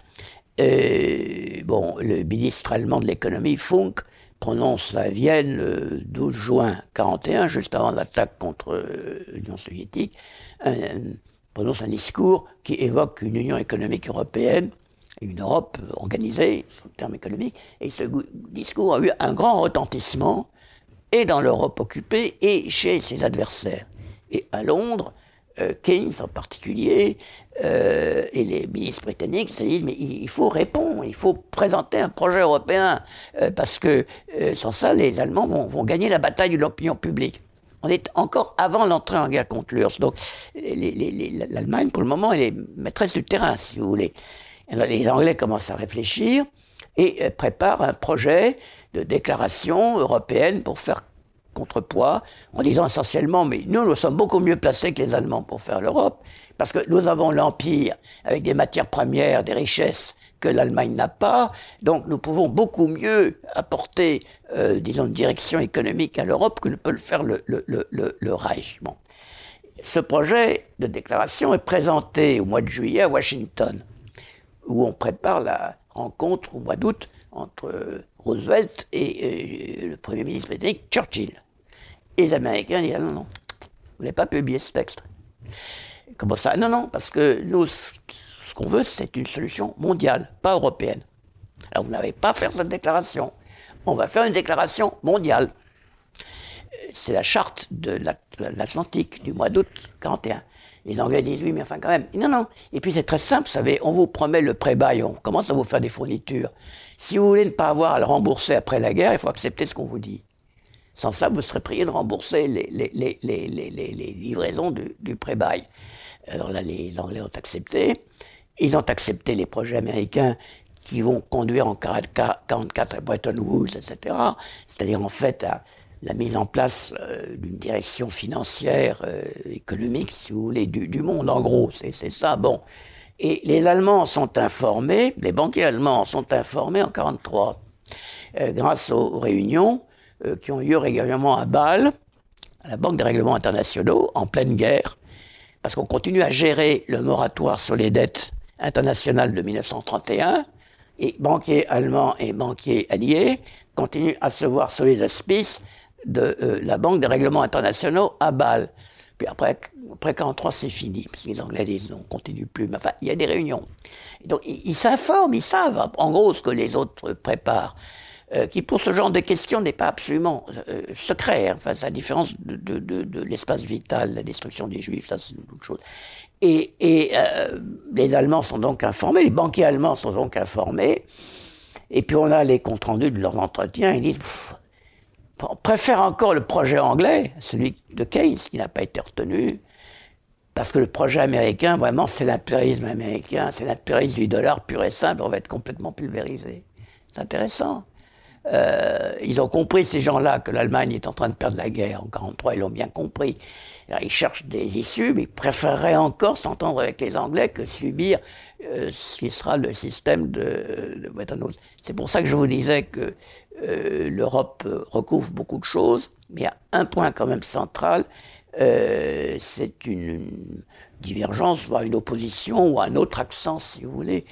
Euh, bon, le ministre allemand de l'économie, Funk, prononce à Vienne le douze juin mille neuf cent quarante et un, juste avant l'attaque contre euh, l'Union soviétique, un, un, prononce un discours qui évoque une Union économique européenne, une Europe organisée, sur le terme économique, et ce discours a eu un grand retentissement, et dans l'Europe occupée, et chez ses adversaires. Et à Londres, euh, Keynes en particulier, euh, et les ministres britanniques se disent, mais il faut répondre, il faut présenter un projet européen, euh, parce que euh, sans ça, les Allemands vont, vont gagner la bataille de l'opinion publique. On est encore avant l'entrée en guerre contre l'U R S S. Donc les, les, les, l'Allemagne, pour le moment, elle est maîtresse du terrain, si vous voulez. Alors, les Anglais commencent à réfléchir et euh, préparent un projet de déclaration européenne pour faire contrepoids, en disant essentiellement, mais nous, nous sommes beaucoup mieux placés que les Allemands pour faire l'Europe, parce que nous avons l'Empire avec des matières premières, des richesses que l'Allemagne n'a pas, donc nous pouvons beaucoup mieux apporter, euh, disons, une direction économique à l'Europe que ne peut le faire le, le, le, le, le Reich. Bon. Ce projet de déclaration est présenté au mois de juillet à Washington, où on prépare la rencontre au mois d'août entre Roosevelt et euh, le Premier ministre britannique Churchill. Et les Américains disent, ah non, non, vous n'avez pas publié ce texte. Comment ça? Non, non, parce que nous, ce qu'on veut, c'est une solution mondiale, pas européenne. Alors vous n'avez pas à faire cette déclaration. On va faire une déclaration mondiale. C'est la charte de l'Atlantique du mois d'août quarante et un. Les Anglais disent oui, mais enfin quand même. Non, non. Et puis c'est très simple, vous savez, on vous promet le pré-bail, on commence à vous faire des fournitures. Si vous voulez ne pas avoir à le rembourser après la guerre, il faut accepter ce qu'on vous dit. Sans ça, vous serez prié de rembourser les, les, les, les, les, les, les livraisons du, du pré-bail. Alors là, les Anglais ont accepté. Ils ont accepté les projets américains qui vont conduire en quarante-quatre à Bretton Woods, et cetera. C'est-à-dire en fait à la mise en place euh, d'une direction financière, euh, économique, si vous voulez, du, du monde, en gros, c'est, c'est ça, bon. Et les Allemands sont informés, les banquiers allemands sont informés en quarante-trois, euh, grâce aux réunions euh, qui ont lieu régulièrement à Bâle, à la Banque des règlements internationaux, en pleine guerre, parce qu'on continue à gérer le moratoire sur les dettes internationales de mille neuf cent trente et un, et banquiers allemands et banquiers alliés continuent à se voir sur les auspices de euh, la Banque des règlements internationaux à Bâle. Puis après, après quarante-trois, c'est fini, parce que les Anglais disent non, on ne continue plus. Mais enfin, il y a des réunions. Et donc, ils, ils s'informent, ils savent, en gros, ce que les autres préparent, euh, qui, pour ce genre de questions, n'est pas absolument euh, secret. Hein. Enfin, c'est la différence de, de, de, de l'espace vital, la destruction des Juifs, ça, c'est une autre chose. Et, et euh, les Allemands sont donc informés, les banquiers allemands sont donc informés, et puis on a les comptes rendus de leurs entretiens, ils disent... Pff, on préfère encore le projet anglais, celui de Keynes, qui n'a pas été retenu, parce que le projet américain, vraiment, c'est l'impérialisme américain, c'est l'impérialisme du dollar pur et simple, on va être complètement pulvérisé. C'est intéressant. Euh, ils ont compris, ces gens-là, que l'Allemagne est en train de perdre la guerre. En quarante-trois, ils l'ont bien compris. Alors, ils cherchent des issues, mais ils préféreraient encore s'entendre avec les Anglais que subir euh, ce qui sera le système de, de Bretton Woods. C'est pour ça que je vous disais que euh, l'Europe recouvre beaucoup de choses, mais il y a un point quand même central, euh, c'est une, une divergence, voire une opposition, ou un autre accent, si vous voulez,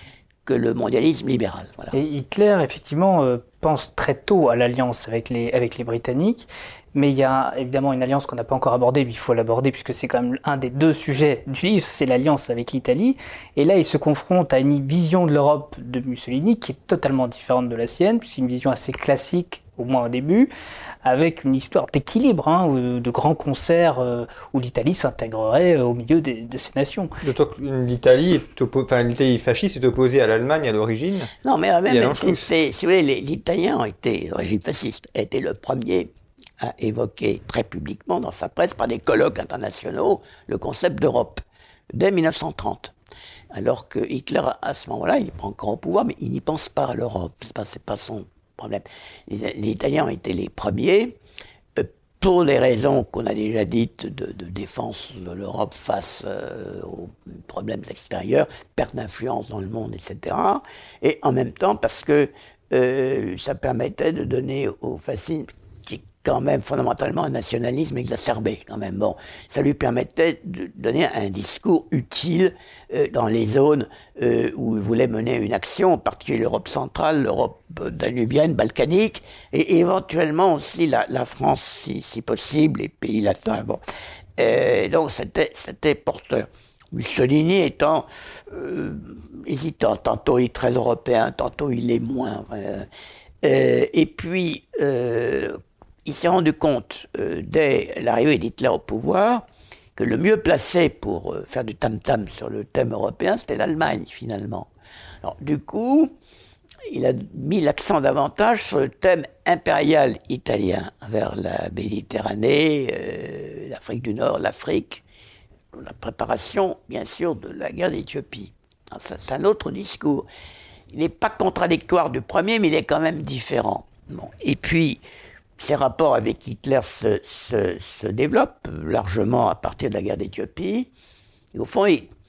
que le mondialisme libéral. Voilà. Et Hitler, effectivement, euh, pense très tôt à l'alliance avec les, avec les Britanniques, mais il y a évidemment une alliance qu'on n'a pas encore abordée, mais il faut l'aborder puisque c'est quand même un des deux sujets du livre, c'est l'alliance avec l'Italie. Et là, il se confronte à une vision de l'Europe de Mussolini qui est totalement différente de la sienne, puisque c'est une vision assez classique, au moins au début, avec une histoire d'équilibre, hein, de grands concerts euh, où l'Italie s'intégrerait au milieu des, de ces nations. D'autant que l'Italie, enfin, l'Italie fasciste est opposée à l'Allemagne à l'origine. Non, mais même, c'est, c'est, si vous voulez, les, les Italiens ont été, le régime fasciste a été le premier à évoquer très publiquement dans sa presse, par des colloques internationaux, le concept d'Europe, dès mille neuf cent trente. Alors que Hitler, à ce moment-là, il n'est pas encore au pouvoir, mais il n'y pense pas à l'Europe. C'est pas, c'est pas son problème. Les, les Italiens ont été les premiers, euh, pour les raisons qu'on a déjà dites de, de défense de l'Europe face euh, aux problèmes extérieurs, perte d'influence dans le monde, et cetera. Et en même temps parce que euh, ça permettait de donner aux fascistes, qui est quand même fondamentalement un nationalisme exacerbé, quand même. Bon, ça lui permettait de donner un discours utile euh, dans les zones euh, où il voulait mener une action, en particulier l'Europe centrale, l'Europe danubienne, balkanique, et éventuellement aussi la, la France, si, si possible, les pays latins. Bon. Euh, donc c'était, c'était porteur. Mussolini étant euh, hésitant, tantôt il est très européen, tantôt il est moins. Euh, euh, et puis, euh, il s'est rendu compte, euh, dès l'arrivée d'Hitler au pouvoir, que le mieux placé pour euh, faire du tam-tam sur le thème européen, c'était l'Allemagne, finalement. Alors, du coup, il a mis l'accent davantage sur le thème impérial italien, vers la Méditerranée, euh, l'Afrique du Nord, l'Afrique, la préparation, bien sûr, de la guerre d'Éthiopie. Alors, ça, c'est un autre discours. Il n'est pas contradictoire du premier, mais il est quand même différent. Bon. Et puis, ses rapports avec Hitler se, se, se développent largement à partir de la guerre d'Éthiopie. Et au fond, il est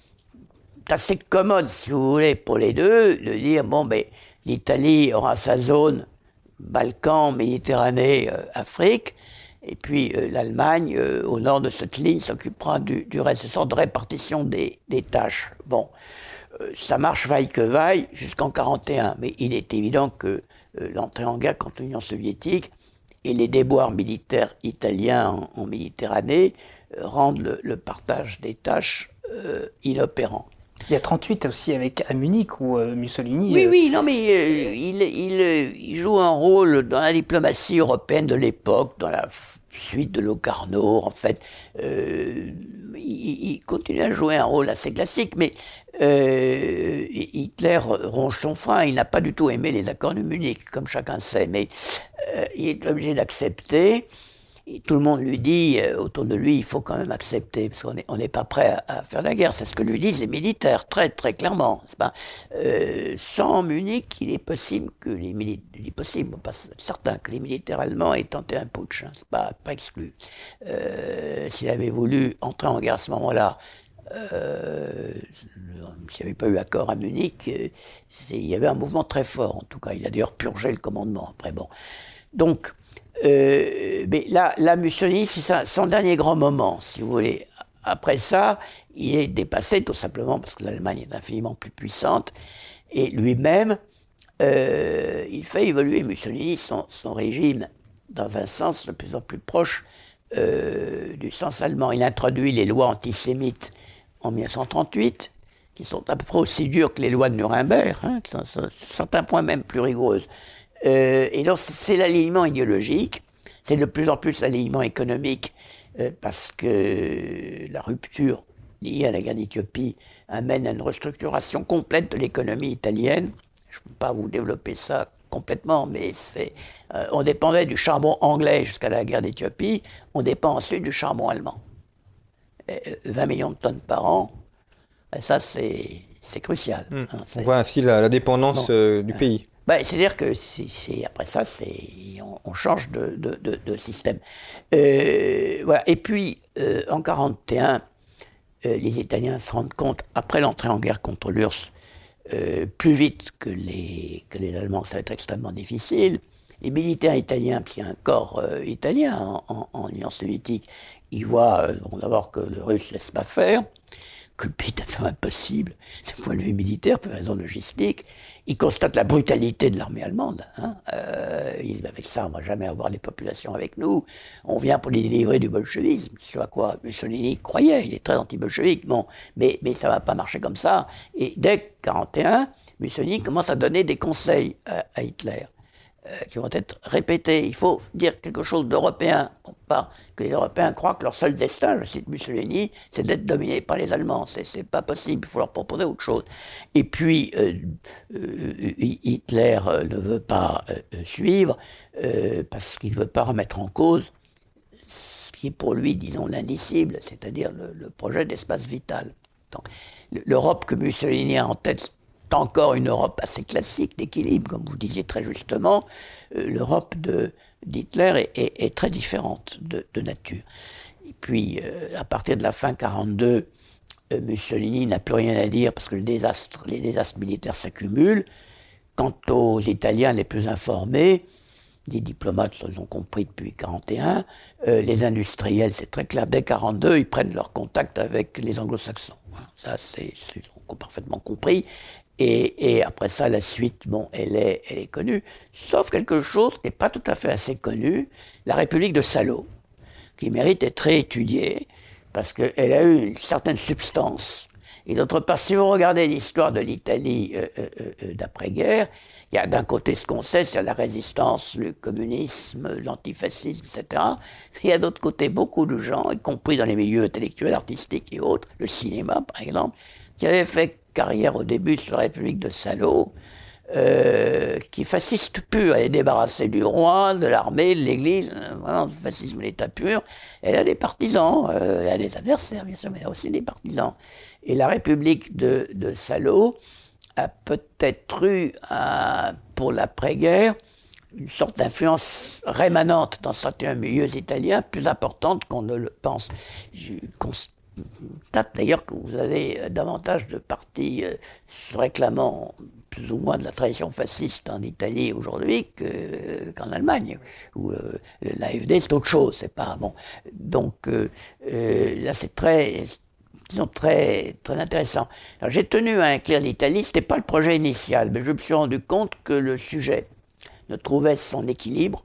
assez commode, si vous voulez, pour les deux, de dire, bon, ben, l'Italie aura sa zone, Balkans, Méditerranée, euh, Afrique, et puis euh, l'Allemagne, euh, au nord de cette ligne, s'occupera du, du reste, une sorte de répartition des, des tâches. Bon, euh, ça marche vaille que vaille jusqu'en quarante et un, mais il est évident que euh, l'entrée en guerre contre l'Union soviétique et les déboires militaires italiens en, en Méditerranée euh, rendent le, le partage des tâches euh, inopérant. Il y a trente-huit aussi avec à Munich où euh, Mussolini... Oui, euh... oui, non mais euh, il, il, il joue un rôle dans la diplomatie européenne de l'époque, dans la suite de Locarno, en fait. Euh, il, il continue à jouer un rôle assez classique, mais euh, Hitler ronge son frein. Il n'a pas du tout aimé les accords de Munich, comme chacun sait, mais euh, il est obligé d'accepter. Et tout le monde lui dit, euh, autour de lui, il faut quand même accepter, parce qu'on n'est on n'est pas prêt à, à faire la guerre. C'est ce que lui disent les militaires, très très clairement. C'est pas, euh, sans Munich, il est possible que les militaires, il est possible, pas certain, que les militaires allemands aient tenté un putsch. Hein, c'est pas, pas exclu. Euh, s'il avait voulu entrer en guerre à ce moment-là, euh, s'il n'y avait pas eu accord à Munich, euh, il y avait un mouvement très fort, en tout cas. Il a d'ailleurs purgé le commandement après. Bon. Donc, Euh, mais là, là, Mussolini, c'est ça, son dernier grand moment, si vous voulez. Après ça, il est dépassé tout simplement parce que l'Allemagne est infiniment plus puissante. Et lui-même, euh, il fait évoluer Mussolini, son, son régime, dans un sens de plus en plus proche euh, du sens allemand. Il introduit les lois antisémites en mille neuf cent trente-huit, qui sont à peu près aussi dures que les lois de Nuremberg, hein, qui sont à certains points même plus rigoureuses. Euh, et donc c'est l'alignement idéologique, c'est de plus en plus l'alignement économique, euh, parce que la rupture liée à la guerre d'Éthiopie amène à une restructuration complète de l'économie italienne. Je ne peux pas vous développer ça complètement, mais c'est, euh, on dépendait du charbon anglais jusqu'à la guerre d'Éthiopie, on dépend ensuite du charbon allemand. Et vingt millions de tonnes par an, et ça c'est, c'est crucial. Mmh. Hein, c'est... On voit ainsi la, la dépendance bon. euh, du pays. Ben, c'est-à-dire que c'est, c'est, après ça, c'est, on, on change de, de, de, de système. Euh, voilà. Et puis, euh, en quarante et un, euh, les Italiens se rendent compte, après l'entrée en guerre contre l'U R S S, euh, plus vite que les, que les Allemands, ça va être extrêmement difficile. Les militaires italiens, puis il y a un corps euh, italien en, en, en Union soviétique, ils voient euh, bon, d'abord que le Russe ne laisse pas faire, que le pays est absolument impossible, d'un point de vue militaire, pour raison logistique. Il constate la brutalité de l'armée allemande. Hein. Euh, il dit, avec ça, on ne va jamais avoir les populations avec nous. On vient pour les délivrer du bolchevisme. Ce à quoi Mussolini croyait. Il est très anti-bolchevique. Bon, mais, mais ça ne va pas marcher comme ça. Et dès mille neuf cent quarante et un, Mussolini commence à donner des conseils à, à Hitler. Euh, qui vont être répétés. Il faut dire quelque chose d'européen. Bon, pas que les Européens croient que leur seul destin, je cite Mussolini, c'est d'être dominés par les Allemands. C'est, c'est pas possible, il faut leur proposer autre chose. Et puis, euh, euh, Hitler euh, ne veut pas euh, suivre euh, parce qu'il ne veut pas remettre en cause ce qui est pour lui, disons, l'indicible, c'est-à-dire le, le projet d'espace vital. Donc, l'Europe que Mussolini a en tête, encore une Europe assez classique d'équilibre, comme vous disiez très justement, euh, l'Europe de, d'Hitler est, est, est très différente de, de nature. Et puis, euh, à partir de la fin quarante-deux, euh, Mussolini n'a plus rien à dire parce que le désastre, les désastres militaires s'accumulent. Quant aux Italiens les plus informés, les diplomates, ils ont compris depuis quarante et un, euh, les industriels, c'est très clair, dès quarante-deux, ils prennent leur contact avec les anglo-saxons. Ça, c'est, c'est ils ont parfaitement compris. Et, et après ça, la suite, bon, elle est, elle est connue, sauf quelque chose qui n'est pas tout à fait assez connu, la République de Salo, qui mérite d'être réétudiée, parce qu'elle a eu une certaine substance. Et d'autre part, si vous regardez l'histoire de l'Italie euh, euh, euh, d'après-guerre, il y a d'un côté ce qu'on sait, c'est la résistance, le communisme, l'antifascisme, et cetera. Il y a d'autre côté beaucoup de gens, y compris dans les milieux intellectuels, artistiques et autres, le cinéma par exemple, qui avaient fait carrière au début sur la République de Salo, euh, qui est fasciste pur. Elle est débarrassée du roi, de l'armée, de l'église, vraiment du fascisme l'état pur. Elle a des partisans, euh, elle a des adversaires bien sûr, mais elle a aussi des partisans. Et la République de, de Salo a peut-être eu, un, pour l'après-guerre, une sorte d'influence rémanente dans certains milieux italiens, plus importante qu'on ne le pense. Je constate d'ailleurs que vous avez davantage de partis euh, réclamant plus ou moins de la tradition fasciste en Italie aujourd'hui que, qu'en Allemagne, où euh, l'A F D c'est autre chose, c'est pas bon. Donc euh, euh, là c'est très, disons très, très intéressant. Alors, j'ai tenu à inclure l'Italie, c'était pas le projet initial, mais je me suis rendu compte que le sujet ne trouvait son équilibre,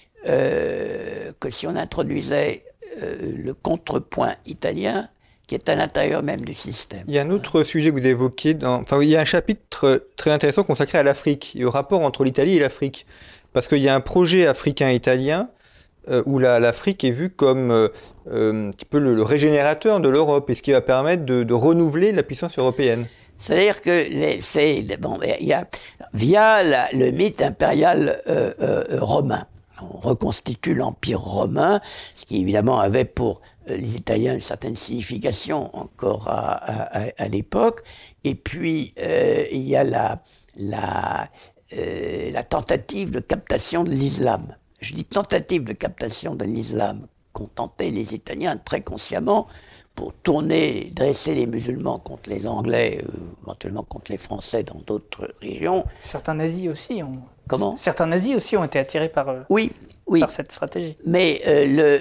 euh, que si on introduisait euh, le contrepoint italien, qui est à l'intérieur même du système. Il y a un autre sujet que vous évoquez, dans... enfin il y a un chapitre très intéressant consacré à l'Afrique et au rapport entre l'Italie et l'Afrique. Parce qu'il y a un projet africain-italien euh, où la, l'Afrique est vue comme euh, euh, un petit peu le, le régénérateur de l'Europe et ce qui va permettre de, de renouveler la puissance européenne. C'est-à-dire que les, c'est, bon, il y a, via la, le mythe impérial euh, euh, romain, on reconstitue l'Empire romain, ce qui évidemment avait pour euh, les Italiens une certaine signification encore à, à, à l'époque. Et puis euh, il y a la, la, euh, la tentative de captation de l'islam. Je dis tentative de captation de l'islam qu'ont tenté les Italiens très consciemment pour tourner, dresser les musulmans contre les Anglais, euh, éventuellement contre les Français dans d'autres régions. Certains nazis aussi ont... Comment ? Certains nazis aussi ont été attirés par, euh, oui, oui. par cette stratégie. Mais euh, le,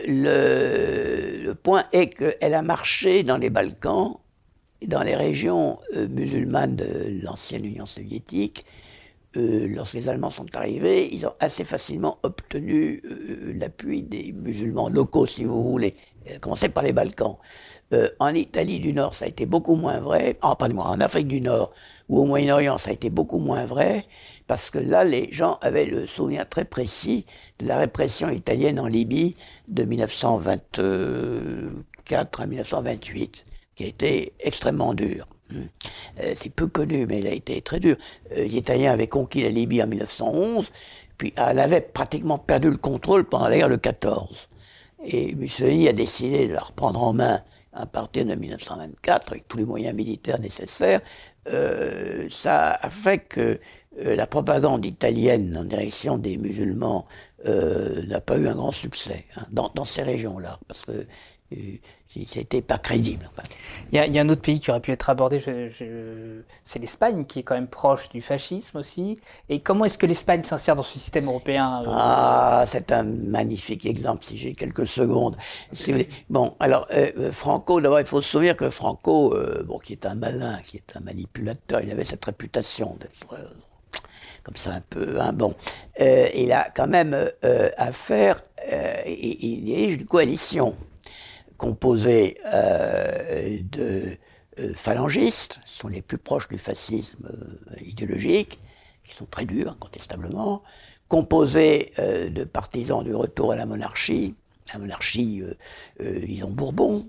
le, le point est qu'elle a marché dans les Balkans, et dans les régions euh, musulmanes de l'ancienne Union soviétique. Euh, lorsque les Allemands sont arrivés, ils ont assez facilement obtenu euh, l'appui des musulmans locaux, si vous voulez. Euh, commencez par les Balkans. Euh, en Italie du Nord, ça a été beaucoup moins vrai. Ah, pardon, en Afrique du Nord ou au Moyen-Orient, ça a été beaucoup moins vrai, parce que là, les gens avaient le souvenir très précis de la répression italienne en Libye de dix-neuf cent vingt-quatre à dix-neuf cent vingt-huit, qui a été extrêmement dure. Euh, c'est peu connu, mais elle a été très dure. Euh, les Italiens avaient conquis la Libye en dix-neuf cent onze, puis elle avait pratiquement perdu le contrôle pendant la guerre de quatorze. Et Mussolini a décidé de la reprendre en main à partir de dix-neuf cent vingt-quatre, avec tous les moyens militaires nécessaires. Euh, ça a fait que euh, la propagande italienne en direction des musulmans euh, n'a pas eu un grand succès hein, dans, dans ces régions-là, parce que c'était pas crédible. Enfin. Il y a, il y a un autre pays qui aurait pu être abordé, je, je, c'est l'Espagne, qui est quand même proche du fascisme aussi. Et comment est-ce que l'Espagne s'insère dans ce système européen? euh... Ah, c'est un magnifique exemple, si j'ai quelques secondes. Si vous... Bon, alors, euh, Franco, d'abord, il faut se souvenir que Franco, euh, bon, qui est un malin, qui est un manipulateur, il avait cette réputation d'être... Euh, comme ça un peu, hein, bon. Euh, il a quand même euh, affaire, euh, il, il dirige une coalition composée euh, de euh, phalangistes, qui sont les plus proches du fascisme euh, idéologique, qui sont très durs, incontestablement, composée euh, de partisans du retour à la monarchie, la monarchie, euh, euh, disons, Bourbon,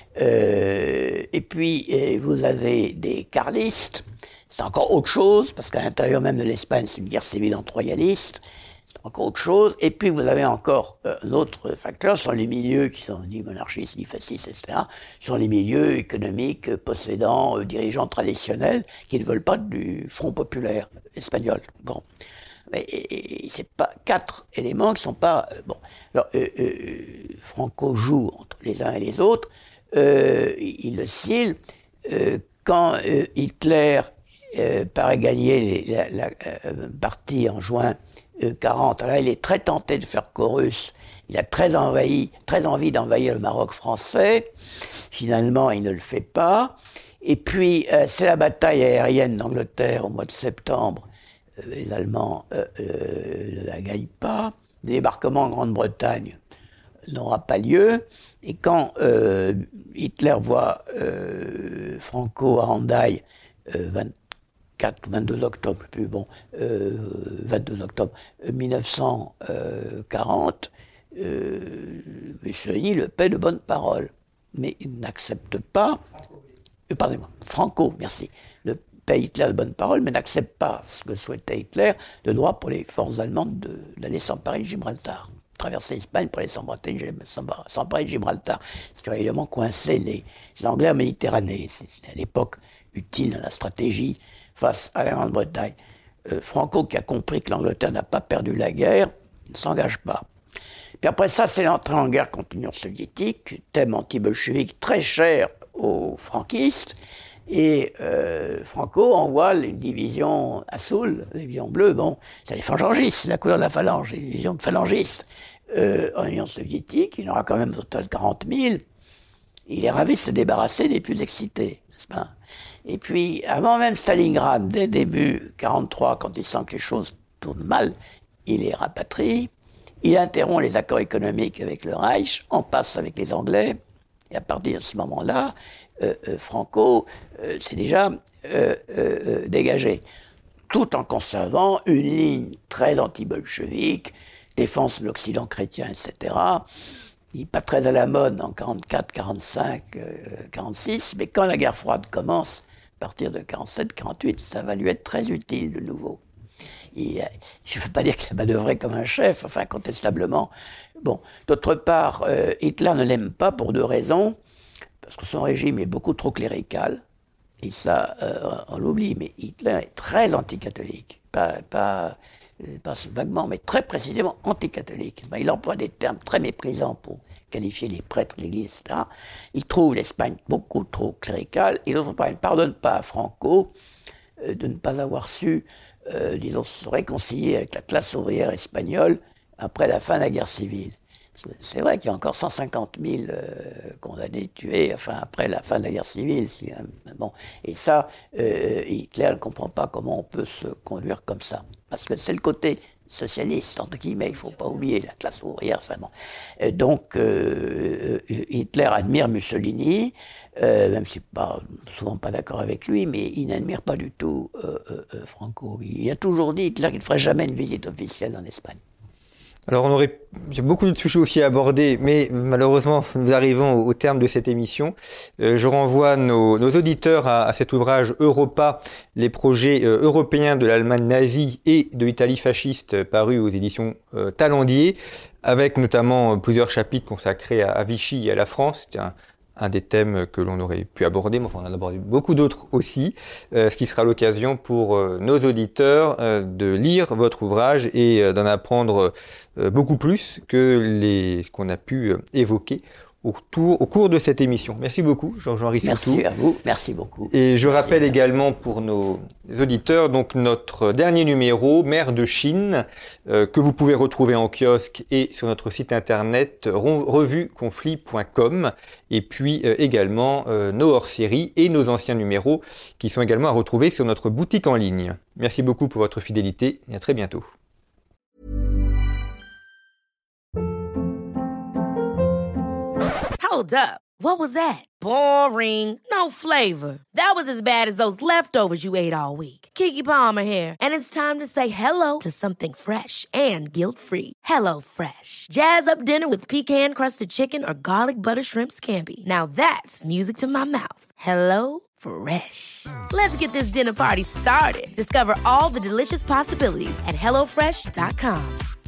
euh, et puis euh, vous avez des carlistes. C'est encore autre chose, parce qu'à l'intérieur même de l'Espagne, c'est une guerre civile entre royalistes. C'est encore autre chose. Et puis, vous avez encore euh, un autre facteur, ce sont les milieux qui sont ni monarchistes, ni fascistes, et cetera. Ce sont les milieux économiques, euh, possédants, euh, dirigeants traditionnels, qui ne veulent pas du Front populaire espagnol. Bon. Mais et, et, c'est pas quatre éléments qui sont pas... Euh, bon. Alors, euh, euh, Franco joue entre les uns et les autres. Euh, il oscille. Euh, quand euh, Hitler... Euh, paraît gagner les, la, la euh, partie en juin euh, quarante. Alors là, il est très tenté de faire chorus. Il a très, envahi, très envie d'envahir le Maroc français. Finalement, il ne le fait pas. Et puis, euh, c'est la bataille aérienne d'Angleterre au mois de septembre. Euh, les Allemands euh, euh, ne la gagnent pas. Le débarquement en Grande-Bretagne n'aura pas lieu. Et quand euh, Hitler voit euh, Franco à Hendaye, euh, vingt-quatre ou vingt-deux octobre, plus bon, euh, vingt-deux octobre mille neuf cent quarante, euh, Mussolini le paie de bonne parole, mais il n'accepte pas, euh, pardonnez-moi, Franco, merci, le paie Hitler de bonne parole, mais n'accepte pas ce que souhaitait Hitler, de droit pour les forces allemandes de, d'aller s'emparer de Gibraltar, traverser l'Espagne pour aller s'emparer de Gibraltar, ce qui aurait évidemment coincé les, les Anglais en Méditerranée. C'était à l'époque utile dans la stratégie face à la Grande-Bretagne. Euh, Franco, qui a compris que l'Angleterre n'a pas perdu la guerre, ne s'engage pas. Puis après ça, c'est l'entrée en guerre contre l'Union soviétique, thème anti-bolchevique très cher aux franquistes, et euh, Franco envoie une division à Soule, la division bleue, bon, c'est les phalangistes, c'est la couleur de la phalange, les divisions de phalangistes euh, en Union soviétique, il y en aura quand même au total quarante mille, il est ravi de se débarrasser des plus excités, n'est-ce pas? Et puis, avant même Stalingrad, dès début quarante-trois, quand il sent que les choses tournent mal, il les rapatrie, il interrompt les accords économiques avec le Reich, en passe avec les Anglais, et à partir de ce moment-là, euh, euh, Franco euh, s'est déjà euh, euh, dégagé, tout en conservant une ligne très anti-bolchevique, défense de l'Occident chrétien, et cetera. Il n'est pas très à la mode en quarante-quatre, quarante-cinq, quarante-six, mais quand la guerre froide commence, à partir de quarante-sept, quarante-huit, ça va lui être très utile de nouveau. Il, je ne veux pas dire qu'il a manœuvré comme un chef, enfin, incontestablement. Bon, d'autre part, euh, Hitler ne l'aime pas pour deux raisons, parce que son régime est beaucoup trop clérical, et ça, euh, on l'oublie, mais Hitler est très anticatholique, pas... pas pas vaguement, mais très précisément anticatholique. Il emploie des termes très méprisants pour qualifier les prêtres de l'Église, et cetera. Il trouve l'Espagne beaucoup trop cléricale, et d'autre part, il ne pardonne pas à Franco euh, de ne pas avoir su, euh, disons, se réconcilier avec la classe ouvrière espagnole après la fin de la guerre civile. C'est vrai qu'il y a encore cent cinquante mille euh, condamnés, tués, enfin, après la fin de la guerre civile. Si, hein, bon. Et ça, euh, Hitler ne comprend pas comment on peut se conduire comme ça. Parce que c'est le côté socialiste, entre guillemets, il ne faut pas oublier la classe ouvrière, ça. Euh, donc, euh, Hitler admire Mussolini, euh, même si pas souvent pas d'accord avec lui, mais il n'admire pas du tout euh, euh, Franco. Il a toujours dit, Hitler, qu'il ne ferait jamais une visite officielle en Espagne. Alors, on aurait j'ai beaucoup de sujets aussi à aborder, mais malheureusement, nous arrivons au, au terme de cette émission. Euh, je renvoie nos, nos auditeurs à, à cet ouvrage Europa, les projets euh, européens de l'Allemagne nazie et de l'Italie fasciste, paru aux éditions euh, Talendier, avec notamment euh, plusieurs chapitres consacrés à, à Vichy et à la France. C'était un, un des thèmes que l'on aurait pu aborder, mais enfin, on en a abordé beaucoup d'autres aussi, euh, ce qui sera l'occasion pour euh, nos auditeurs euh, de lire votre ouvrage et euh, d'en apprendre euh, beaucoup plus que les, ce qu'on a pu euh, évoquer autour, au cours de cette émission. Merci beaucoup, Jean-Jean Rissoutou. Merci à vous, merci beaucoup. Et je merci rappelle également pour nos auditeurs, donc notre dernier numéro, Mère de Chine, euh, que vous pouvez retrouver en kiosque et sur notre site internet revue conflit point com, et puis euh, également euh, nos hors-séries et nos anciens numéros qui sont également à retrouver sur notre boutique en ligne. Merci beaucoup pour votre fidélité et à très bientôt. Hold up. What was that? Boring. No flavor. That was as bad as those leftovers you ate all week. Keke Palmer here, and it's time to say hello to something fresh and guilt-free. Hello Fresh. Jazz up dinner with pecan-crusted chicken or garlic butter shrimp scampi. Now that's music to my mouth. Hello Fresh. Let's get this dinner party started. Discover all the delicious possibilities at hello fresh dot com.